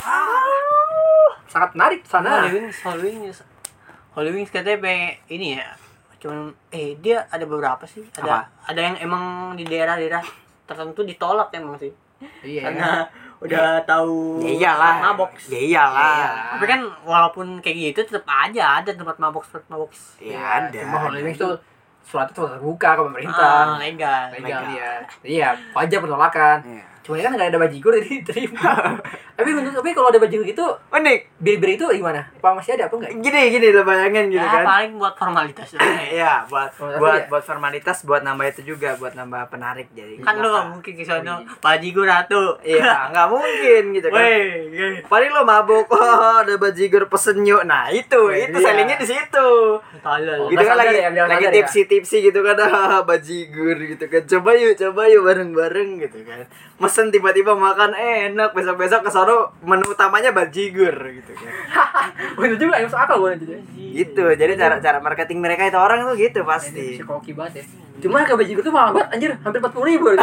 Ah. Sangat menarik sana. Holy Wings, Holy Wings, Holy Wings katanya pengen ini ya. Cuman eh dia ada beberapa sih. Ada Apa? ada yang emang di daerah-daerah tertentu ditolak emang sih. Iya. Karena udah tahu Ya iyalah. mabok. Ya iyalah. Tapi kan walaupun kayak gitu tetap aja ada tempat mabok tempat mabok. Ya ada. Cuma Holy Wings tuh suatu tuh terbuka ke pemerintah. Ah, legal. Legal legal. ya. Iya, wajar penolakan. Iya. Cuma kan nggak ada bajigur jadi diterima. tapi menurut tapi kalau ada bajigur gitu, Unik. bir-bir itu gimana? Apa masih ada apa enggak? Gini gini lo bayangin gitu Ya kan. paling buat formalitas doang ya. Iya, buat Oh, tapi buat ya? buat formalitas, buat nambah itu juga, buat nambah penarik jadi. Kan lu gak mungkin ke sono bajigur ratu. Iya, nggak mungkin gitu kan. Weh, weh. Paling lo mabuk, oh ada bajigur pesen yuk. Nah itu, Iya. itu sellingnya di situ. Tolol. Gitu nggak kan sadar lagi, ya, nggak lagi sadar ya? tipsi-tipsi gitu kan, ah, bajigur gitu kan. Coba yuk, coba yuk bareng-bareng gitu kan. Mesen tiba-tiba makan enak, besok-besok ke sono menu utamanya bajigur gitu kan. Bener juga, yang masuk akal gue nanti. Gitu, jadi cara cara marketing mereka itu orang tuh gitu pasti. Si koki banget ya. Cuma harga bajigur tuh mahal banget anjir, hampir empat puluh ribu.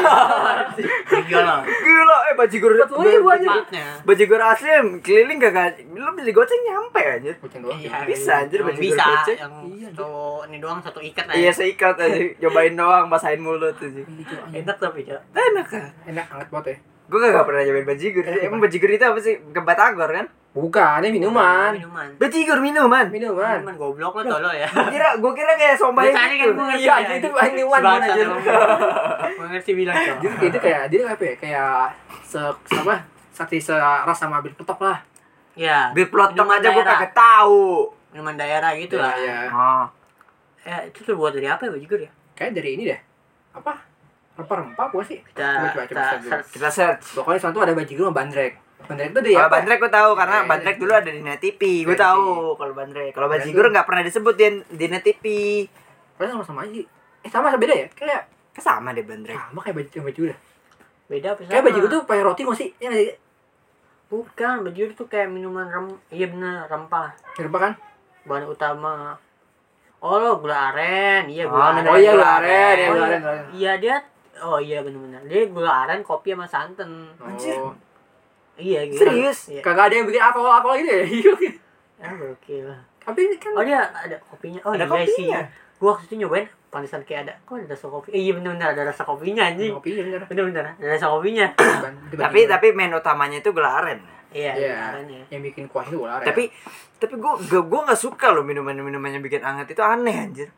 Gila. Gila, eh bajigur empat puluh ribu anjir. Tempatnya. bajigur asli yang keliling kagak, lu beli goceng nyampe anjir. Goceng doang. Iya, Bisa, anjir, emang bajigur bisa. goceng. Yang Iya, satu ini doang satu ikat aja. Iya seikat aja, cobain doang, basahin mulut aja. Enak tapi, Cok. Enak kan? Enak hangat banget ya. Gue gak pernah nyobain bajigur. Emang bajigur itu apa sih? Kebatagor kan? Bukan, ini minuman. Minuman. Bajigur minuman. Minuman. Minuman goblok lo tolol ya. Gue kira, gue kira kayak sombai Tadi kan gitu. gue ngerti. Iya, ya. itu minuman Sebangsa mana aja. dong. Gue ngerti bilang, Cok. Jadi itu kayak dia apa ya? Kayak se apa? Sakti seras sama bir petok lah. Ya. Bir plotong minuman aja gue daerah. kagak tahu. Minuman daerah gitu lah. Ya. Oh. Ya, itu terbuat dari apa ya bajigur ya? Kayak dari ini deh. Apa? Rempah-rempah gua sih. Kita Coba, coba, coba kita search dulu. search. Kita search. Pokoknya suatu ada bajigur sama bandrek. Bandrek itu dari Kalau apa? bandrek gue tahu karena Iya, bandrek iya. dulu ada di Net T V. Gue Net tahu kalau bandrek. Kalau Bandrek bajigur tuh- nggak pernah disebut di di Net T V. Pokoknya sama-sama aja. Eh sama beda ya? Kayak Sama deh bandrek. sama kayak baju baju dah. Beda apa Kayak bajigur tuh pakai roti nggak sih? Ya nggak sih? bukan, bajigur tuh kayak minuman rem iya bener rempah. Rempah kan? Bahan utama. Oh lo gula aren, iya Oh, gula aren. minuman Oh iya gula gula aren, ya Oh, gula iya. aren. gula aren. Iya dia oh iya bener-bener dia gula aren kopi sama santan. Anjir. Oh. Iya gitu. Serius? Iya. Kagak ada yang bikin alkohol-alkohol gitu ya? Ah gokil. Tapi ini kan Oh dia ada kopinya. Oh Ada iya kopinya. sih. Gua waktu itu nyobain pantesan kayak ada. Kok ada rasa kopi? Eh, iya bener-bener ada rasa kopinya anjing. kopi ya bener. Bener-bener ada rasa kopinya. Tapi tapi main utamanya itu gula aren. Iya, Iya. gula aren ya. Yang bikin kuah itu gula aren. Tapi tapi gue gue gue nggak suka loh minuman minuman yang bikin anget itu aneh anjir.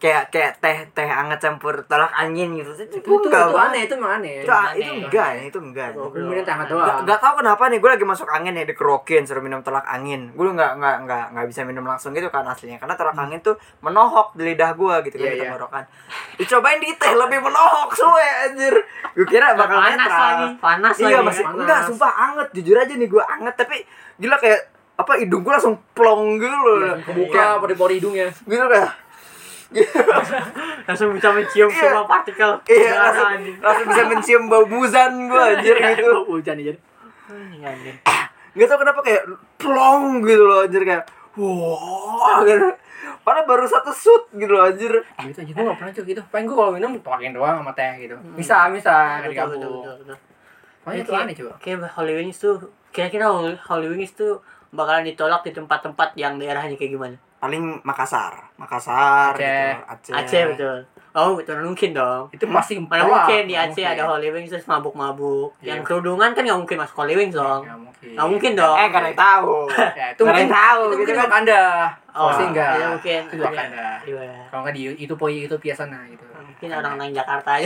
kayak kayak teh teh hangat campur tolak angin gitu. Itu, Itu, itu, enggak itu banget. aneh, itu emang aneh. Itu, Aneh. itu enggak, itu enggak. Kemudian hangat Gak, doang. gak tau kenapa nih, gue lagi masuk angin ya, dikerokin suruh minum tolak angin. Gue nggak nggak nggak nggak bisa minum langsung gitu kan aslinya, karena tolak angin tuh menohok di lidah gue gitu kan, Iya, di iya. tenggorokan. Dicobain di teh lebih menohok suwe anjir. Gue kira bakal panas netral. lagi, panas Iya lagi. masih Panas. enggak, sumpah anget, jujur aja nih gue anget, tapi gila kayak apa hidung gue langsung plong gitu loh. Iya, kebuka pori-pori hidungnya. Gitu dah. Langsung bisa mencium Iya. semua partikel. Iya, udara, langsung, anjing. langsung bisa mencium bau muzan gue anjir gitu. Hujan aja. Anjing, anjing. Gak tau kenapa kayak plong gitu loh anjir, kayak wow gitu. Padahal baru satu shoot gitu loh anjir. Gitu aja gue gak pernah cuy gitu. Pengen gue kalau minum tuakin doang sama teh gitu. Bisa, bisa Betul, kan betul, digabung. betul, betul. Makanya itu Kayak- aneh coba. Kayak Holy Wings tuh, kira-kira Holy, Holy Wings tuh bakalan ditolak di tempat-tempat yang daerahnya kayak gimana? Paling Makassar, Makassar Aceh. gitu, Aceh. Aceh betul. Oh, betul mungkin dong. Itu pasti Mana tolak. mungkin di Nggak Aceh mungkin. ada Holy Wings terus mabuk-mabuk. Iya. Yang kerudungan kan nggak mungkin masuk Holy Wings dong. Nggak mungkin. Nggak mungkin dong. Eh, kan yang tahu. Ya, itu Nggak ada mungkin yang tahu itu gitu mungkin kan. Wakanda. Oh, Pasti enggak. iya, mungkin. Itu Wakanda. Iya. Kalau enggak di itu poi itu biasa nah gitu. Mungkin orang lain Jakarta aja.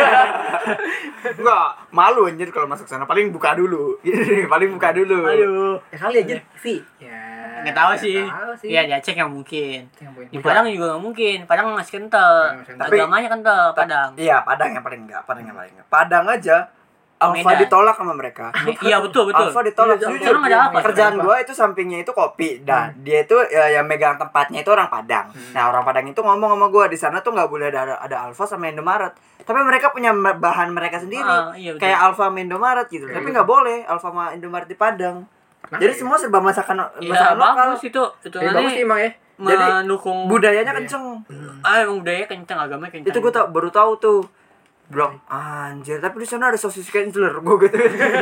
Enggak, malu anjir kalau masuk sana. Paling buka dulu. Paling buka dulu. Aduh. Ya kali aja Vi. Ya. Nggak tahu sih. Nggak tahu sih. Iya, di Aceh nggak mungkin. Yang boleh. Di Padang juga nggak mungkin. Padang masih kental. Masih kental. Tapi- Agamanya kental Padang. Iya, Padang yang paling enggak, Padang yang paling enggak. Padang aja Alfa Medan. ditolak sama mereka. Iya betul betul. Alfa ditolak. Iya, Jujur, Orang ada apa? kerjaan gua itu sampingnya itu kopi. Nah, dia itu ya, yang megang tempatnya itu orang Padang. Nah, orang Padang itu ngomong sama gua di sana tuh nggak boleh ada ada Alfa sama Indomaret. Tapi mereka punya me- bahan mereka sendiri. Ah, iya, betul. Kayak Alfa sama Indomaret gitu. Tapi nggak boleh Alfa sama Indomaret di Padang. Kenapa Jadi ya? semua serba masakan Iya masakan lokal. bagus itu. Itu Ya, bagus sih emang ya. Jadi, mendukung Budayanya Iya. kenceng. Ah, emang budaya kencang, agamanya kencang. Itu gua tau, baru tahu tuh. Blok anjir, tapi di sana ada sosis Kensler gua gitu.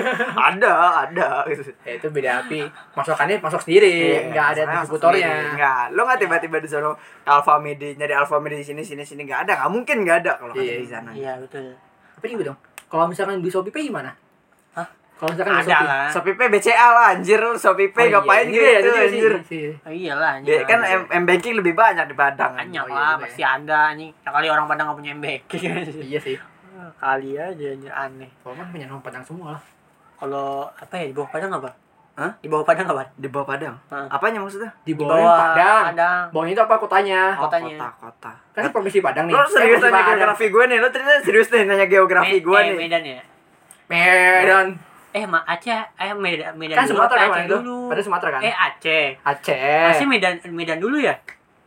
ada, ada gitu. Ya itu beda api. Masakannya masuk sendiri, enggak ada Iya, masalahnya distributornya. Enggak, lo enggak tiba-tiba di sana Alfa Midi, nyari Alfa Midi di sini sini sini enggak ada, enggak mungkin enggak ada kalau Iya, ada di sana. Iya betul. Tapi juga dong. Kalau misalkan di Shopee Pay gimana? Hah? Kalau misalkan di Ada Shopee. lah. Shopee Pay B C A lah anjir, Shopee Pay Oh, ngapain iya, gitu iya, ya iya, anjir. iya, iya. Oh, iyalah Dia anjing. kan M, M banking lebih banyak di Padang. banyak Oh, iya lah, juga pasti ada anjing. Ya, kali orang Padang nggak punya M banking. Iya sih. Kali aja anjir aneh. Kalau kan punya nama Padang semua lah. Kalau apa ya di bawah Padang apa? Hah? Di bawah Padang apa? Di bawah Padang. Hah. Apanya maksudnya? Di Di bawah bawah Padang. Padang. Bawahnya itu apa kotanya? Oh, Kotanya. Kota, kota. Kan provinsi Padang nih. Lo serius Eh, nanya Padang. geografi gue nih, lo ternyata serius nih nanya geografi Me- gue eh, nih. Medan ya. Medan. Eh, Ma Aceh, eh Medan Medan Kan dulu Sumatera apa kan Aceh itu? dulu. Pada Sumatera kan? Eh Aceh. Aceh. Masih Medan Medan dulu ya?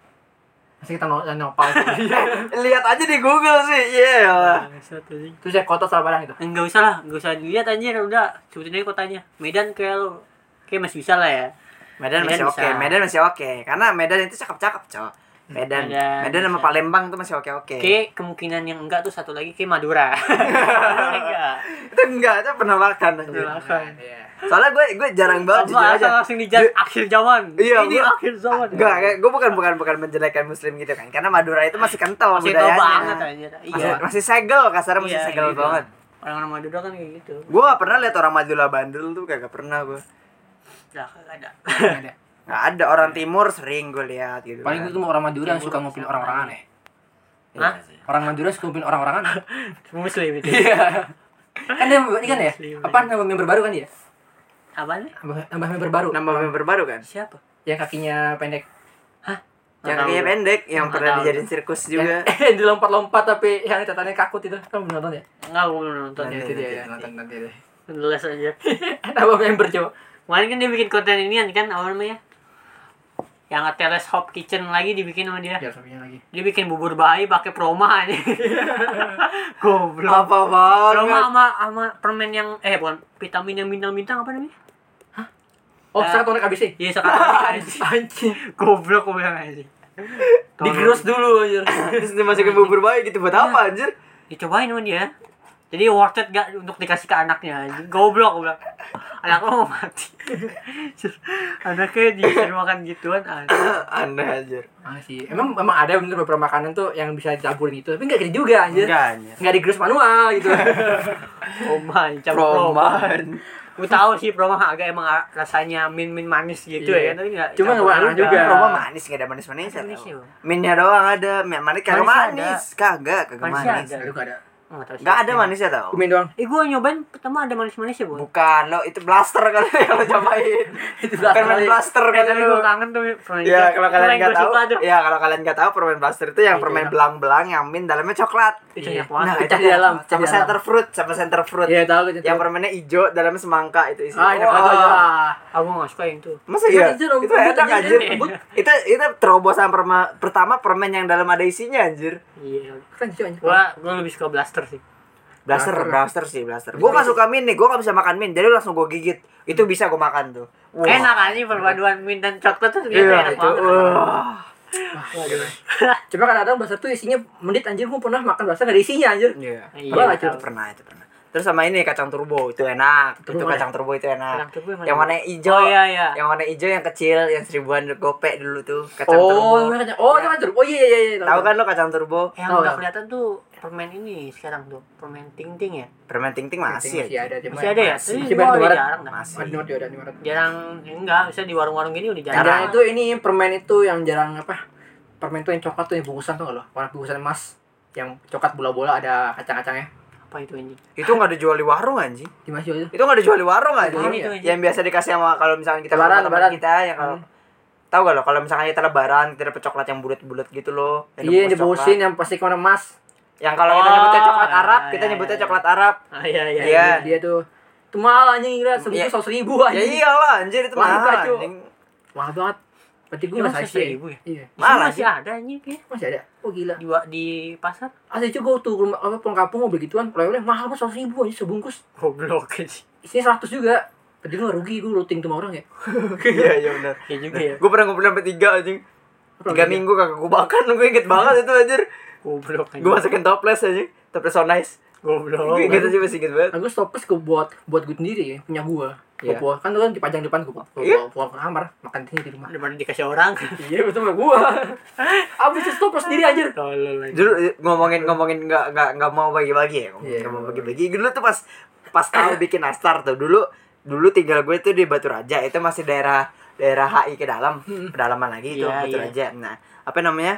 Masih kita no- nopal. Lihat aja di Google sih. Iya. Bangsat, anjing. Terus ya kota Salah Padang itu. Enggak usah lah, enggak usah dilihat anjir, udah sebutin aja kotanya. Medan kayak lo kayak masih bisa lah ya. Medan, Medan masih oke, bisa. Medan masih oke. Karena Medan itu cakep-cakep, cowok. Medan, Medan Medan sama bisa. Palembang tuh masih oke-oke. Kayak kemungkinan yang enggak tuh satu lagi kayak Madura. Enggak. Itu enggak, itu penolakan anjir. Penolakan. Iya. Soalnya gue gue jarang banget jujur Apa aja. langsung dijudge akhir zaman. Iya, Ini gua- akhir zaman. Enggak, kayak gue bukan bukan bukan menjelekkan muslim gitu kan. Karena Madura itu masih kental masih tau budayanya. banget anjir. Masih, Iya. masih segel, kasarnya masih Iya, segel gitu. banget. Orang-orang Madura kan kayak gitu. Gue gak pernah lihat orang Madura bandel tuh, kagak pernah gue. Enggak ada. Nggak ada. Nggak ada, orang timur sering gue lihat gitu. Paling kan. itu tuh orang Madura yang suka ngumpulin orang-orang aneh. Iya Hah? sih. Orang Madura suka ngumpulin orang-orang aneh. Muslim itu. Iya. Kan dia ini kan ya? Muslim. Apa nambah member baru kan dia? Apa nih? Nambah, nambah member baru. Nambah member baru kan? Siapa? Yang kakinya pendek. Hah? Yang Nggak kakinya tahu. pendek, yang Nggak pernah tahu. dijadiin sirkus juga. Yang dilompat-lompat tapi yang catatannya kakut itu. Kamu belum nonton ya? Enggak, gue belum nonton. Ya, Nanti, itu dia nanti, ya, nanti. nonton nanti deh. Jelas aja. Nambah member coba. Kemarin kan dia bikin konten inian kan, apa namanya? Yang teleskop kitchen lagi dibikin sama dia. Biar sapinya lagi. Dia bikin bubur bayi pakai proma aja. Goblok. Apa banget? Proma sama sama permen yang eh bukan vitamin yang bintang-bintang apa namanya? Oh, Eh, sekarang tonik habis sih. Iya sekarang anjing. Anjing. Goblok gue bilang anjing. Digerus dulu anjir. Terus dimasukin bubur bayi gitu buat apa anjir? Dicobain sama dia. Jadi worth it gak untuk dikasih ke anaknya anjing. Goblok gue bilang. Anak lo mau mati. Anaknya disuruh makan gituan anjing. Aneh anjir. Ah sih. Emang memang ada bener beberapa makanan tuh yang bisa dicampurin itu, tapi enggak gitu juga anjir. Enggak anjir. Enggak digerus manual gitu. Proma, campur proma. Proman. Gue tahu sih Promo agak emang rasanya min-min manis gitu Iya. ya kan, tapi enggak. Cuma nggak warna juga. Promo manis enggak ada manis-manis. Ada manisnya, Bang. Minnya doang ada, min manis kagak Manisnya manis. Kagak, kagak Manisnya manis. ada. Aduh gak ada. Oh, nggak tahu sih. Enggak ada manisnya tau. Kumin doang. Eh gue nyobain pertama ada manis-manisnya, Bu. Bukan, lo itu blaster kali kalau cobain. Itu Permen kali. blaster Eh, kan tapi lu. gue kangen tuh permen Ya itu. kalau Itu kalian yang nggak gua tahu, suka tuh. ya kalau kalian nggak tahu permen blaster itu yang Itu permen enak. belang-belang yang min dalamnya coklat. Itu Iya. enak banget. Nah, pecah itu di dalam, sama pecah di dalam. center fruit, sama center fruit. Iya tahu gitu. Yang permennya hijau, dalamnya semangka itu isinya. Ah, enak Wah. banget. Ah. Aku nggak suka yang itu. Masa Iya, iya? itu Itu, rambut enak anjir, anjir. rambut. itu itu terobosan perma- pertama permen yang dalam ada isinya anjir. Iya. Kan cuy anjir. Gua gua lebih suka blaster sih. Blaster, Blaster. blaster sih, blaster. Gua gak suka min nih, gua gak bisa makan min, jadi langsung gua gigit. Itu bisa gua makan tuh. Wah. Enak aja perpaduan min dan coklat tuh ternyata Iya, enak itu. banget. Wah. Waduh. Cuma kadang-kadang blaster tuh isinya mendit anjir. Gua pernah makan blaster gak ada isinya anjir. Iya. Iya, Pernah, tahu. itu pernah, itu pernah. Terus sama ini kacang turbo itu enak. Turbo itu mana? kacang turbo itu enak. Kacang turbo yang mana? yang warna hijau. Oh iya iya. Yang warna hijau yang kecil, yang seribuan gopek dulu tuh, kacang Oh, turbo. namanya kacang. Oh, itu kacang. Oh iya iya iya. Tahu kan lo kacang turbo? Yang Tahu, udah tahu. kelihatan tuh permen ini sekarang tuh, permen ting-ting ya. Permen ting-ting masih, Masih ada. cuma Masih ada ya? masih. Tapi Masih gua banyak udah banget. jarang dah. Masih. Ada di Maret, ada di Maret. Jarang enggak, bisa di warung-warung gini udah jarang. Jarang itu ini permen itu yang jarang apa? Permen itu yang coklat tuh yang bungkusan tuh nggak lo? Warna bungkusan emas. Yang coklat bola-bola ada kacang-kacangnya. Apa itu anjing? Itu nggak dijual di warung anjing. Di mana sih itu? Itu nggak dijual di warung anjing. Warung itu, anjing. Yang biasa dikasih sama kalau misalkan kita Lebaran, sama teman lebaran. kita yang kalau tahu gak lo kalau misalkan kita lebaran kita dapet coklat yang bulat-bulat gitu loh. Iya, yang dibungkus dibungkusin coklat. yang plastik warna emas. Yang kalau kita Oh, nyebutnya coklat Arab, iya, kita iya, nyebutnya iya. coklat Arab. Ah iya iya. Iya. Dia tuh itu mahal anjing gila, segitu Iya. seratus ribu Ya anjing. iyalah anjir itu Wah, mahal kacau. anjing. Mahal banget. Berarti gue Emang nggak seratus ribu ya? Iya. Di sini Mahal, masih ada anjing ya. Masih ada. Oh gila. Di wa- di pasar. Asli juga gue tuh ke rumah apa pulang kampung mau beli gituan, oleh-oleh mahal banget seratus ribu anjing sebungkus. Goblok aja. Isinya seratus juga. Berarti gue rugi, gue routing tuh sama orang ya. Iya iya benar. Ya juga ya. Gue pernah ngumpulin sampai tiga anjing. Tiga minggu kagak gue makan, gue inget banget itu anjir. Goblok aja. Gue masukin toples anjing, toples so nice. Goblok. Gue gitu sih masih gitu banget. Aku stoples gue buat buat gue sendiri ya, punya gue. Gue Iya. buat kan tuh kan dipajang depan gue, gue Iya. bawa pulang ke kamar, makan di sini di rumah. Daripada dikasih orang. Iya betul sama gue. Abis itu stoples sendiri anjir. Tolol aja. Dulu eh, ngomongin ngomongin nggak nggak nggak mau bagi-bagi ya, ngomongin Iya. nggak mau bagi-bagi. Dulu tuh pas pas tahu bikin nastar tuh dulu dulu tinggal gue tuh di Batu Raja, itu masih daerah daerah H I ke dalam, pedalaman lagi itu Iya, Batu iya. Raja. Nah, apa namanya?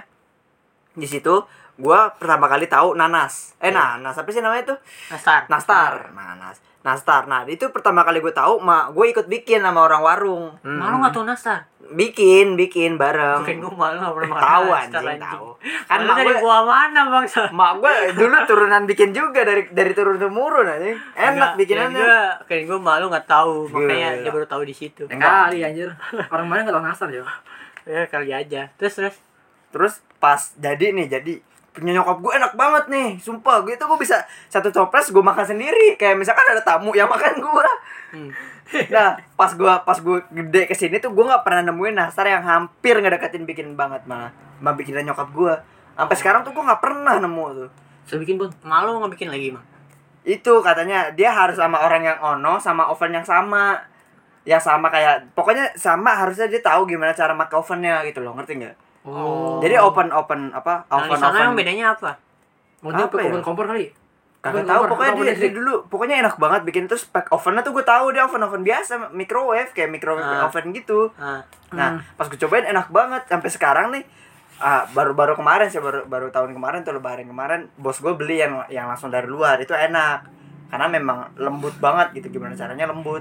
Di situ gua pertama kali tahu nanas. Eh nanas, apa sih namanya tuh? Nastar. Nastar. Nanas. Nastar. Nah, itu pertama kali gue tahu, mak gue ikut bikin sama orang warung. Malu nggak tahu nastar? Bikin, bikin bareng. Mungkin gue malu nggak pernah makan Tahu nastar, anjing, tahu. Kan Kan mak dari gue buah mana bang? mak gue dulu turunan bikin juga dari dari turun temurun aja. Enak bikinannya. Kayak gue malu nggak tahu, makanya Gila. dia baru tahu di situ. Yang kali anjir. Orang mana nggak tahu nasar ya? Ya kali aja. Terus terus. Terus pas jadi nih, jadi punya nyokap gue enak banget nih, sumpah gue itu gue bisa satu toples gue makan sendiri, kayak misalkan ada tamu yang makan gue. Hmm. Nah pas gue pas gue gede kesini tuh gue nggak pernah nemuin nastar yang hampir ngedeketin bikin banget malah malah bikinan nyokap gue. Sampai sekarang tuh gue nggak pernah nemu tuh. Saya bikin pun. Malu nggak bikin lagi mah? Itu katanya dia harus sama orang yang ono sama oven yang sama, yang sama kayak pokoknya sama, harusnya dia tahu gimana cara pakai ovennya gitu loh, ngerti nggak? Oh. Jadi open open apa Nah, di oven sana oven yang bedanya apa? Mau dia apa pakai ya? oven kompor kali. kagak Oven tahu kompor, pokoknya oven dia, listrik. dia dulu pokoknya enak banget bikin, terus spek ovennya tuh gue tahu dia oven oven biasa microwave kayak microwave Ah. oven gitu. Ah, Nah pas gue cobain enak banget sampai sekarang nih. Ah, baru baru kemarin sih baru baru tahun kemarin tuh lebaran kemarin bos gue beli yang yang langsung dari luar, itu enak karena memang lembut banget gitu, gimana caranya lembut.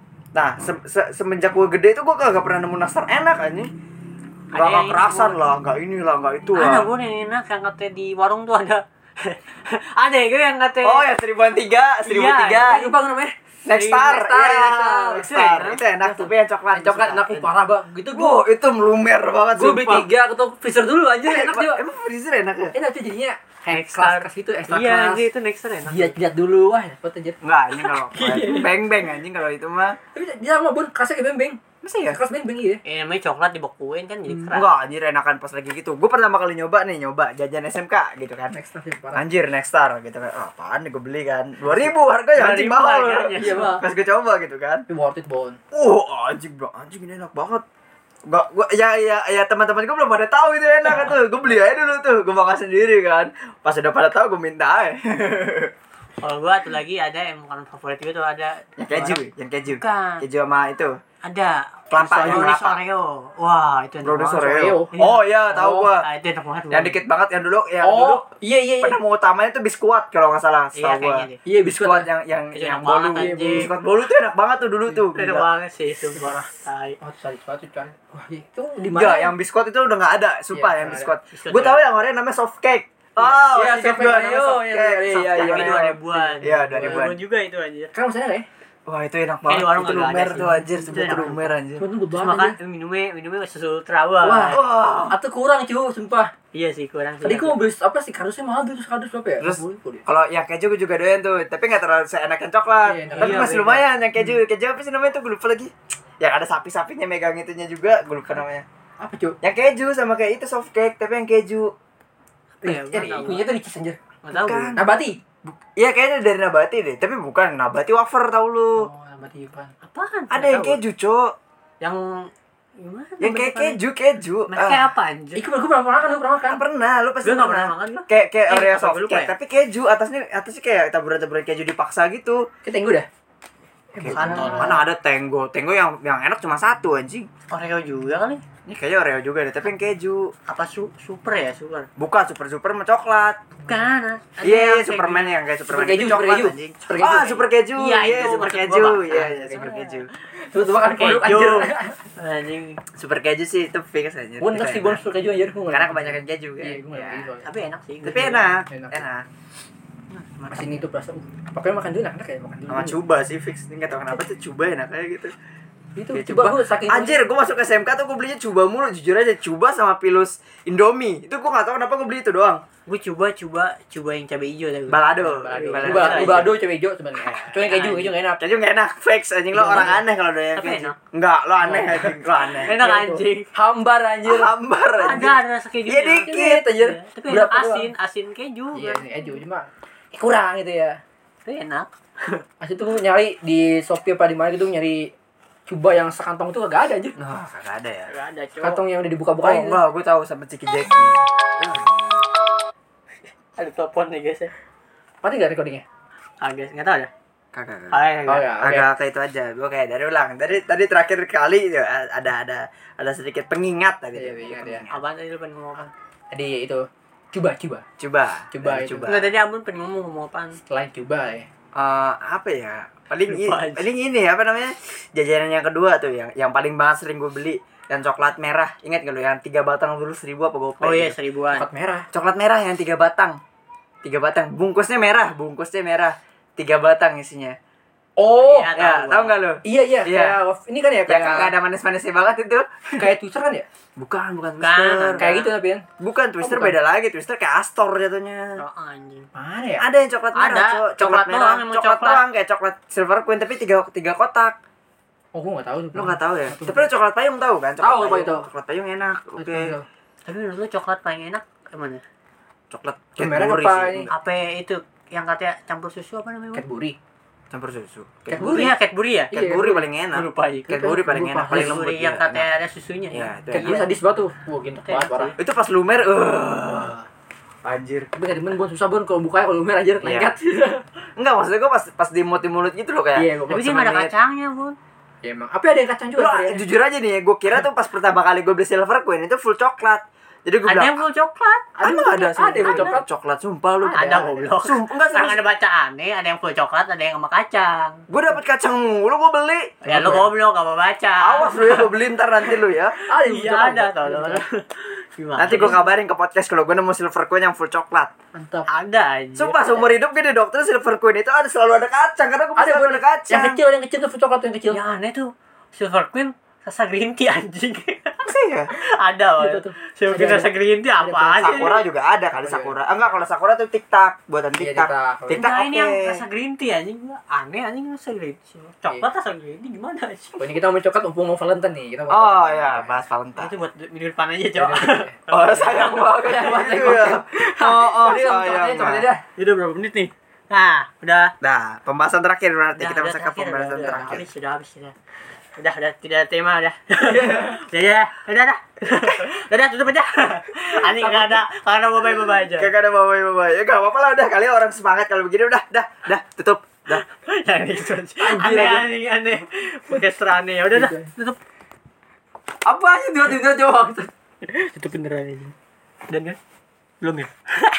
Nah se se semenjak gue gede itu gue kagak pernah nemu nastar enak aja. Gak, Ada gak yang kerasan ini, lah, gak inilah, gak itu ada lah. gue yang enak yang katanya di warung tuh ada. Ada ya gue yang katanya. Oh ya seribuan tiga, seribu tiga. Lupa namanya. Nextar, Nextar, ya, Nextar. Nextar. Itu enak tuh, yang coklat. Coklat enak tuh parah banget. Gitu gue. Wow, itu melumer banget. Gue beli sumpah. tiga, atau freezer dulu aja enak juga. Emang freezer enak ya? Enak tuh jadinya. Nextar. Kelas itu extra Iya, kelas. sih itu Nextar enak. Lihat lihat dulu wah, dapat aja. Enggak, ini kalau beng beng anjing kalau itu mah. Tapi dia sama bon kerasnya kayak beng-beng. Masa ya? Keras beng-beng iya. Eh, namanya coklat dibekuin kan jadi keras. Enggak, anjir enakan pas lagi gitu. Gue pertama kali nyoba nih, nyoba jajan S M K gitu kan. Nextar sih parah. Anjir, Nextar gitu kan. Oh, apaan nih gue beli kan. dua ribu harganya anjing dua ribu mahal. harganya. Iya, Bang. Pas gue coba gitu kan. Tapi worth it bon. Uh, anjing bro, anjing ini enak banget. Gak, gua ya ya ya teman-teman gue belum pada tahu itu enak tuh. Gue beli aja dulu tuh, gue makan sendiri kan. Pas udah pada tahu gue minta aja. Kalau gua tuh lagi ada yang bukan favorit gua tuh ada Yang keju, yang keju. Bukan. Keju sama itu. Ada Kelapa, brownies kelapa. Oreo. Wah, itu enak Brownies banget. Oreo. Oreo. Oh iya, tahu Oh, gua. Ah, itu enak banget. Yang dikit banget yang dulu yang dulu Oh, iya iya iya. penemu utamanya tuh biskuit kalau nggak salah, Iya, setahu gua. kayaknya deh. Iya biskuit. Biskuit yang yang Itu yang enak bolu. banget, anjing. Biskuit bolu tuh enak banget tuh dulu tuh. Enak Gila. banget sih itu parah. Tai. Oh, sadis banget tuh, Chan. Wah, itu di mana? Enggak, yang biskuit itu udah nggak ada, sumpah Iya, yang nggak biskuit. Biskuit Gue ya. tahu yang orangnya namanya soft cake. Oh, Iya, masih soft ingat gua, cake namanya Oreo. soft Iya, cake. iya, Soft iya, cake Yang iya. ini dua ribuan. Iya, dua ribuan. juga itu anjir. Kan masih ada nggak ya? Wah, itu enak Kayak banget. di warung Itu nggak ada lumer sih. tuh anjir, Itu sebut enak. lumer anjir. Cuma tuh Terus banget makan aja. minumnya minumnya susu terawa. Wah. Wah. Atau kurang cuy, sumpah. Iya sih kurang sih. Tadi gua mau beli apa sih kardusnya mahal tuh, terus kardus berapa ya? Terus Oh, boleh, boleh. kalau yang keju gue juga doyan tuh, tapi nggak terlalu seenak yang coklat. Iya, enak. Tapi Iya, masih beda. lumayan yang keju. Keju apa sih namanya tuh gue lupa lagi. Yang ada sapi-sapinya megang itunya juga, gue lupa namanya. Apa cuy? Yang keju sama kayak itu soft cake, tapi yang keju. Apa ya? Jadi Nggak tahu. punya tuh di cheese anjir. Nggak tahu. Bukan. Nabati. Iya kayaknya dari Nabati deh, tapi bukan Nabati wafer tau lu. Oh, Nabati bukan. Apaan? Ada Nggak yang tahu. keju, Cok. Yang gimana? Yang kayak bentukannya? keju, keju. Mereknya Ah, apa anjir? Ih, gua gua pernah makan, gua pernah makan. kan pernah, lu pasti Gue nggak pernah makan gua. Kayak kayak Eh, Oreo apa, soft gua lupa cake, ya? tapi keju atasnya atasnya kayak taburan-taburan keju dipaksa gitu. Kita tenggo dah. Kayak bukan. mana ada Tenggo, Tenggo yang yang enak cuma satu anjing. Oreo juga kali. Ini kayaknya Oreo juga deh, tapi yang keju. Apa su super ya super? Bukan super super sama coklat. Bukan. ada Iya, yang Superman yang kayak Super Superman keju, itu super coklat keju. anjing. Super keju. Ah, super keju. Iya, Iya, itu super maksud keju. gua, Pak. Iya, Ah, iya, super keju. Terus tuh makan produk keju. anjir. Anjing. Super keju sih itu fix anjir. Gua nggak Itu sih enak. bonus super keju anjir. Gua nggak Karena ngerti. kebanyakan keju kan. Iya, gua nggak Iya. ngerti soalnya. Tapi enak sih. Tapi enak, Enak. enak. Masih ini tuh perasaan. Pokoknya makan dulu enak ya, makan dulu. Sama Cuba sih fix. Ini nggak tahu kenapa tuh Cuba enak kayak gitu. Itu Kayak coba gua saking Anjir, gue masuk S M K tuh gue belinya Cuba mulu, jujur aja Cuba sama Pilus Indomie. Itu gue gak tahu kenapa gue beli itu doang. Gue coba coba coba yang cabai hijau dah. gua. Balado. balado. Balado. Gua gua balado cewek hijau sebenarnya. Cuma yang keju, keju enggak enak. Keju gak enak, fix anjing lo Iya, orang iya. aneh kalau doyan Tapi keju. enak. Enggak, lo aneh anjing, lo aneh. Enak anjing. Hambar anjir. Hambar Ada anjing. ada rasa keju. Iya, dikit anjir. Tapi Berapa enak doang? asin, asin keju. Iya, kan. ini keju cuma eh, kurang gitu ya. Tapi enak. Asli tuh nyari di Shopee apa di mana gitu nyari coba yang sekantong tuh kagak ada anjir. Nah, kagak ada ya. Gak ada cowok. Kantong yang udah Oh, dibuka-bukain. enggak, gue tahu sama Ciki Jeki. Ada telepon nih guys ya. Mati enggak recordingnya? Ah guys, nggak tahu ada. Kagak. kagak. Ah, ya, Oh ya, oke. Agak kayak itu aja. Gue kayak dari ulang. Dari tadi terakhir kali ya, ada ada ada sedikit pengingat tadi. Iya, pengingat ya. Apaan tadi lu pengen ngomong apaan? Tadi itu coba coba. Coba. Coba Dari itu. coba. Enggak, tadi Abun pengen ngomong ngomong apaan? Selain coba ya. Eh, apa ya? Paling ini, Lupa aja. paling ini apa namanya? Jajanan yang kedua tuh yang yang paling banget sering gue beli yang coklat merah. Ingat gak lu yang tiga batang dulu seribu apa GoPay? Oh iya, gitu. seribuan. Coklat merah. Coklat merah yang tiga batang. Tiga batang. Bungkusnya merah, bungkusnya merah. Tiga batang isinya. Oh, Iya, Ya, tahu tahu gua. nggak lu? iya iya, Iya. kayak waf- ini kan ya Yang kayak nggak ada manis-manisnya banget itu. kayak Twister kan ya? Bukan, bukan Bukan. Twister. Kayak gitu tapi kan. Bukan, Twister Oh, bukan. beda lagi. Twister kayak Astor jatuhnya. Oh anjing. Mana ya? Ada yang coklat merah, Ada, Cok. coklat merah. doang, emang Coklat coklat. doang kayak coklat silver queen tapi tiga tiga kotak. Oh, gua enggak tahu tuh. Lo nggak tahu ya? Tapi lo coklat payung tahu kan? Coklat Tahu, apa payung. itu? Coklat payung enak. Oke. Tapi menurut lu coklat paling enak kemana? Coklat Yang merah Cadbury apa sih. ini? Apa itu yang katanya campur susu apa namanya? Bun? Cadbury. Campur susu. Cadbury ya, Cadbury ya? Iya, Cadbury Cadbury. paling enak. Gua lupa aja. Cadbury paling Lupa. enak, paling lembut. Cadbury yang ya, katanya enak. ada susunya. Iya, kan? itu Cadbury enak. sadis banget tuh. Wah, gitu Kayak banget parah. Itu pas lumer, eh. Anjir. Tapi enggak demen gua susah Bun kalau bukanya kalau lumer anjir Iya. lengket. Enggak, maksudnya gua pas pas di mulut-mulut gitu loh kayak. Iya, gua Tapi dia nggak ada semenit. kacangnya, Bun. Ya emang. Apa ada yang kacang juga? Lo Fri, ya? jujur aja nih, gue kira tuh pas pertama kali gue beli silver queen itu full coklat. Jadi gue Ada yang bilang, full coklat. ada Ada, ada ada yang full coklat. coklat sumpah lu. Ada goblok. Sumpah enggak Sekarang serius. ada baca aneh, ada yang full coklat, ada yang sama kacang. Gue dapet kacang mulu gue beli. Ya lu goblok, gak mau baca. Awas lu ya, gue beli ntar nanti lu ya. Ada yang full Iya coklat. ada tolong. Gimana? Nanti gue kabarin ke podcast kalau gue nemu silver queen yang full coklat. Mantap. Ada aja. Sumpah seumur hidup gue di dokter silver queen itu ada selalu ada kacang karena gue Ada selalu gua ada kacang. yang kecil, yang kecil tuh full coklat tuh, yang kecil. Yang aneh tuh Silver Queen rasa green tea anjing. Masa ya? Ada Gitu loh. tuh. Silver Queen Ada, rasa green tea Ada, apa ada. aja? Sakura juga ada kali Oh, iya. Sakura. Ah, enggak, kalau Sakura tuh tiktak buatan Iya, tiktak. tiktak. Tiktak Enggak, oke. ini yang rasa green tea anjing. Aneh anjing rasa green tea. Coklat rasa green tea gimana anjing? Oh, ini kita mau coklat mumpung mau Valentine nih. Kita mau Oh Valentine. ya, bahas Valentine. Itu buat minggu depan aja, Iya, Cok. iya, iya. Oh sayang banget Sayang banget, gitu ya. Oh oh Jadi kalau coklatnya sayang. coklatnya dah. Udah berapa menit nih? Nah, udah. Nah, pembahasan terakhir berarti Udah, kita udah masuk ke terakhir, pembahasan udah, udah. terakhir. Habis, sudah habis, sudah. Udah, udah tidak ada tema udah. Udah, udah, udah, udah. Udah, tutup aja. Ani enggak ada, karena bye-bye aja. Kagak ada bawa-bawa. Ya enggak apa-apa lah udah, kali orang semangat kalau begini udah, dah, dah, tutup. Dah. Yang itu aneh, aneh, aneh. Podcast aneh. Ya udah, dah, tutup. Apa aja tiba-tiba coba. Tutup beneran aja. Dan kan? Belum ya?